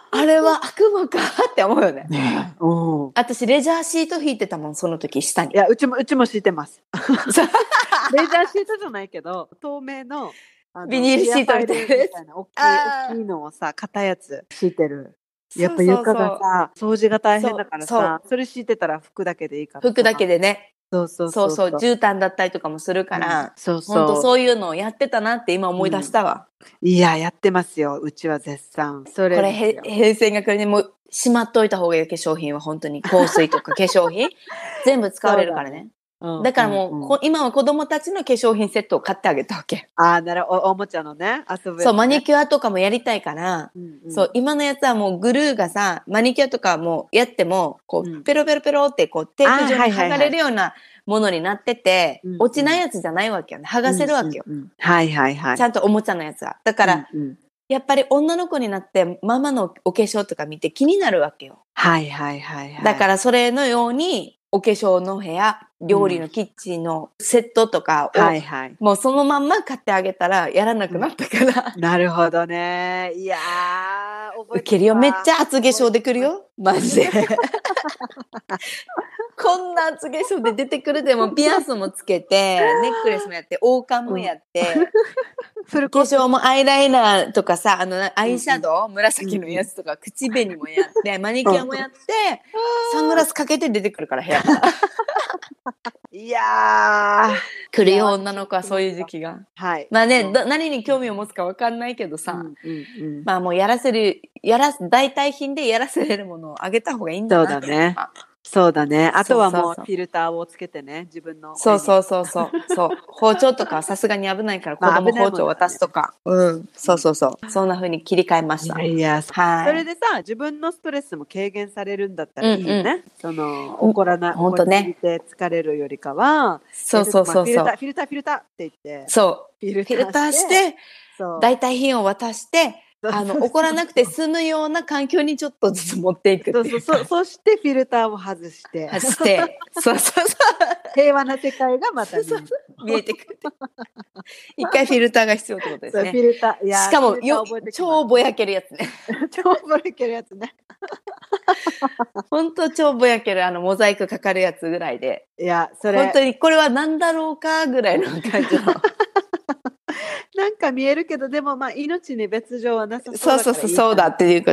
あれは悪夢かって思うよね。 ね、 私レジャーシート引いてたもん、その時下に。 いや、うちも敷いてます。レジャーシートじゃないけど、透明のビニールシートみたいな大きいのをさ、硬いやつ敷いてる。やっぱ床がさ、掃除が大変だからさ、それ敷いてたら服だけでいいから。 服だけでね。 そう、 絨毯だったりとかもするから、本当そういうのをやってたなって今思い出したわ。 いや、やってますよ。うちは絶賛。これ平成が来るね、もうしまっといた方がいい化粧品は本当に香水とか化粧品全部使われるからね。だからもう、今は子供たちの化粧品セットを買ってあげたわけ。 おもちゃのね、遊ぶ、ね。 そう、マニキュアとかもやりたいから、そう、今のやつはもうグルーがさ、マニキュアとかもやっても、こう、ペロペロペロってこう、テープ状に剥がれるようなものになってて、落ちないやつじゃないわけよね。剥がせるわけよ。ちゃんとおもちゃのやつは。だから、やっぱり女の子になってママのお化粧とか見て気になるわけよ。だからそれのように、お化粧の部屋、料理のキッチンのセットとかを、もうそのまんま買ってあげたらやらなくなったから。 なるほどね。いやー、 覚えてる。受けるよ。めっちゃ厚化粧でくるよ。マジで。こんな厚化粧で出てくるでも、ピアスもつけて、ネックレスもやって、王冠もやって、化粧もアイライナーとかさ、アイシャドウ、紫のやつとか、口紅もやって、マニキュアもやって、サングラスかけて出てくるから、部屋から。 いやー。 来るよ、女の子はそういう時期が。まあね、何に興味を持つか分かんないけどさ、まあもう代替品でやらせれるものをあげた方がいいんだな。 そうだね。そうだね。あとはもうフィルターをつけてね、自分の。 そう。包丁とかさすがに危ないから子供包丁渡すとか。そう。そんな風に切り替えました。 いや、それでさ、自分のストレスも軽減されるんだったらいいよね。怒りすぎて疲れるよりかは。 そう。フィルターって言って。 そう。フィルターして、代替品を渡して、怒らなくて済むような環境にちょっとずつ持っていくっていう。 そしてフィルターを外して。 そう。 平和な世界がまた見えてくる。一回フィルターが必要ってことですね。 フィルター。 しかも超ぼやけるやつね。 超ぼやけるやつね。 ほんと超ぼやけるモザイクかかるやつぐらいで。 いや、それ。 本当にこれは何だろうかぐらいの感じの。 なんか見えるけど、でもまあ命に別状はなさそうだからいい。 そうだっていうこと。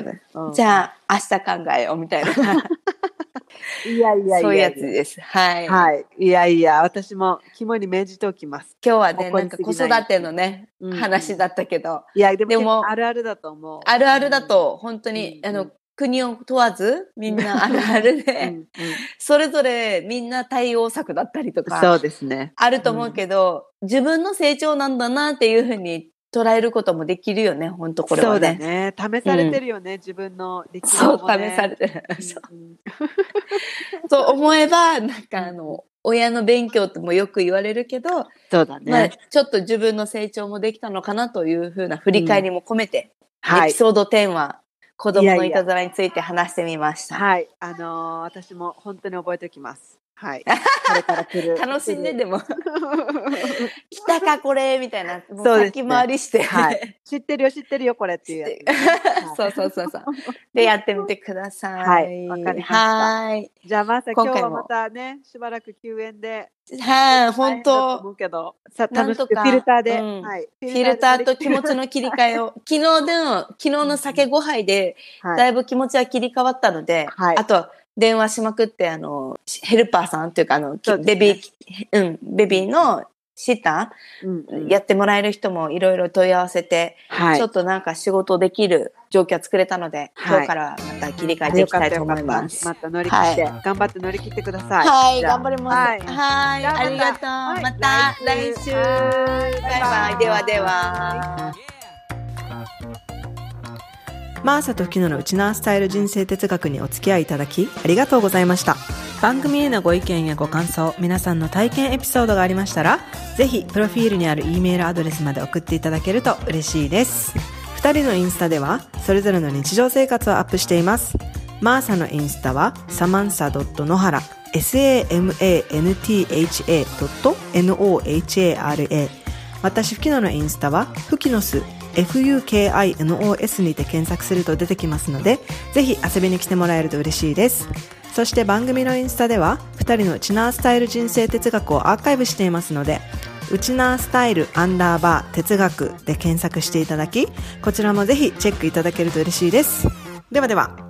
じゃあ明日考えようみたいな。 いや。 そういうやつです。はい。 いや、私も肝に銘じておきます。 今日はね、なんか子育てのね、話だったけど。 いや、でもあるあるだと思う。 あるあるだと、本当に、国を問わず、みんなあるあるで、それぞれみんな対応策だったりとか、 そうですね。 あると思うけど、自分の成長なんだなっていうふうに捉えることもできるよね、本当これはね。 そうだね。試されてるよね、自分の力量もね。そう、試されてる。そう思えば、なんか親の勉強ともよく言われるけど、 そうだね。 まあ、ちょっと自分の成長もできたのかなというふうな振り返りも込めて、エピソード10は、子供のいたずらについて話してみました。 はい。私も本当に覚えておきます。はい。これから来る。 楽しんででも。来たかこれみたいな。もう先回りして。 はい。知ってるよ、これっていうやつ。そう。で、やってみてください。 はい。わかりました。はい。じゃあ、まさ今日はまたね、しばらく休園で。 はい、本当。 思うけど、楽しくフィルターで、フィルターと気持ちの切り替えを、昨日の酒5杯で、だいぶ気持ちは切り替わったので、あと、電話しまくって、ヘルパーさんっていうか、ベビーのシッター、やってもらえる人もいろいろ問い合わせて、ちょっとなんか仕事できる状況作れたので、今日からまた切り替えていきたいと思います。 また乗り切って、頑張って乗り切ってください。 はい、頑張ります。はい、ありがとう。また来週。バイバイ。ではでは。 マーサとフキノのウチナースタイル人生哲学にお付き合いいただきありがとうございました。番組へのご意見やご感想、皆さんの体験エピソードがありましたら、ぜひプロフィールにある E メールアドレスまで送っていただけると嬉しいです。2人のインスタではそれぞれの日常生活をアップしています。マーサのインスタはsamantha.nohara samantha.nohara。 私フキノのインスタはフキノス FUKINOS にて検索すると出てきますので、ぜひ遊びに来てもらえると嬉しいです。そして番組のインスタでは2人のウチナースタイル人生哲学をアーカイブしていますので、ウチナースタイル_哲学で検索していただき、こちらもぜひチェックいただけると嬉しいです。ではでは。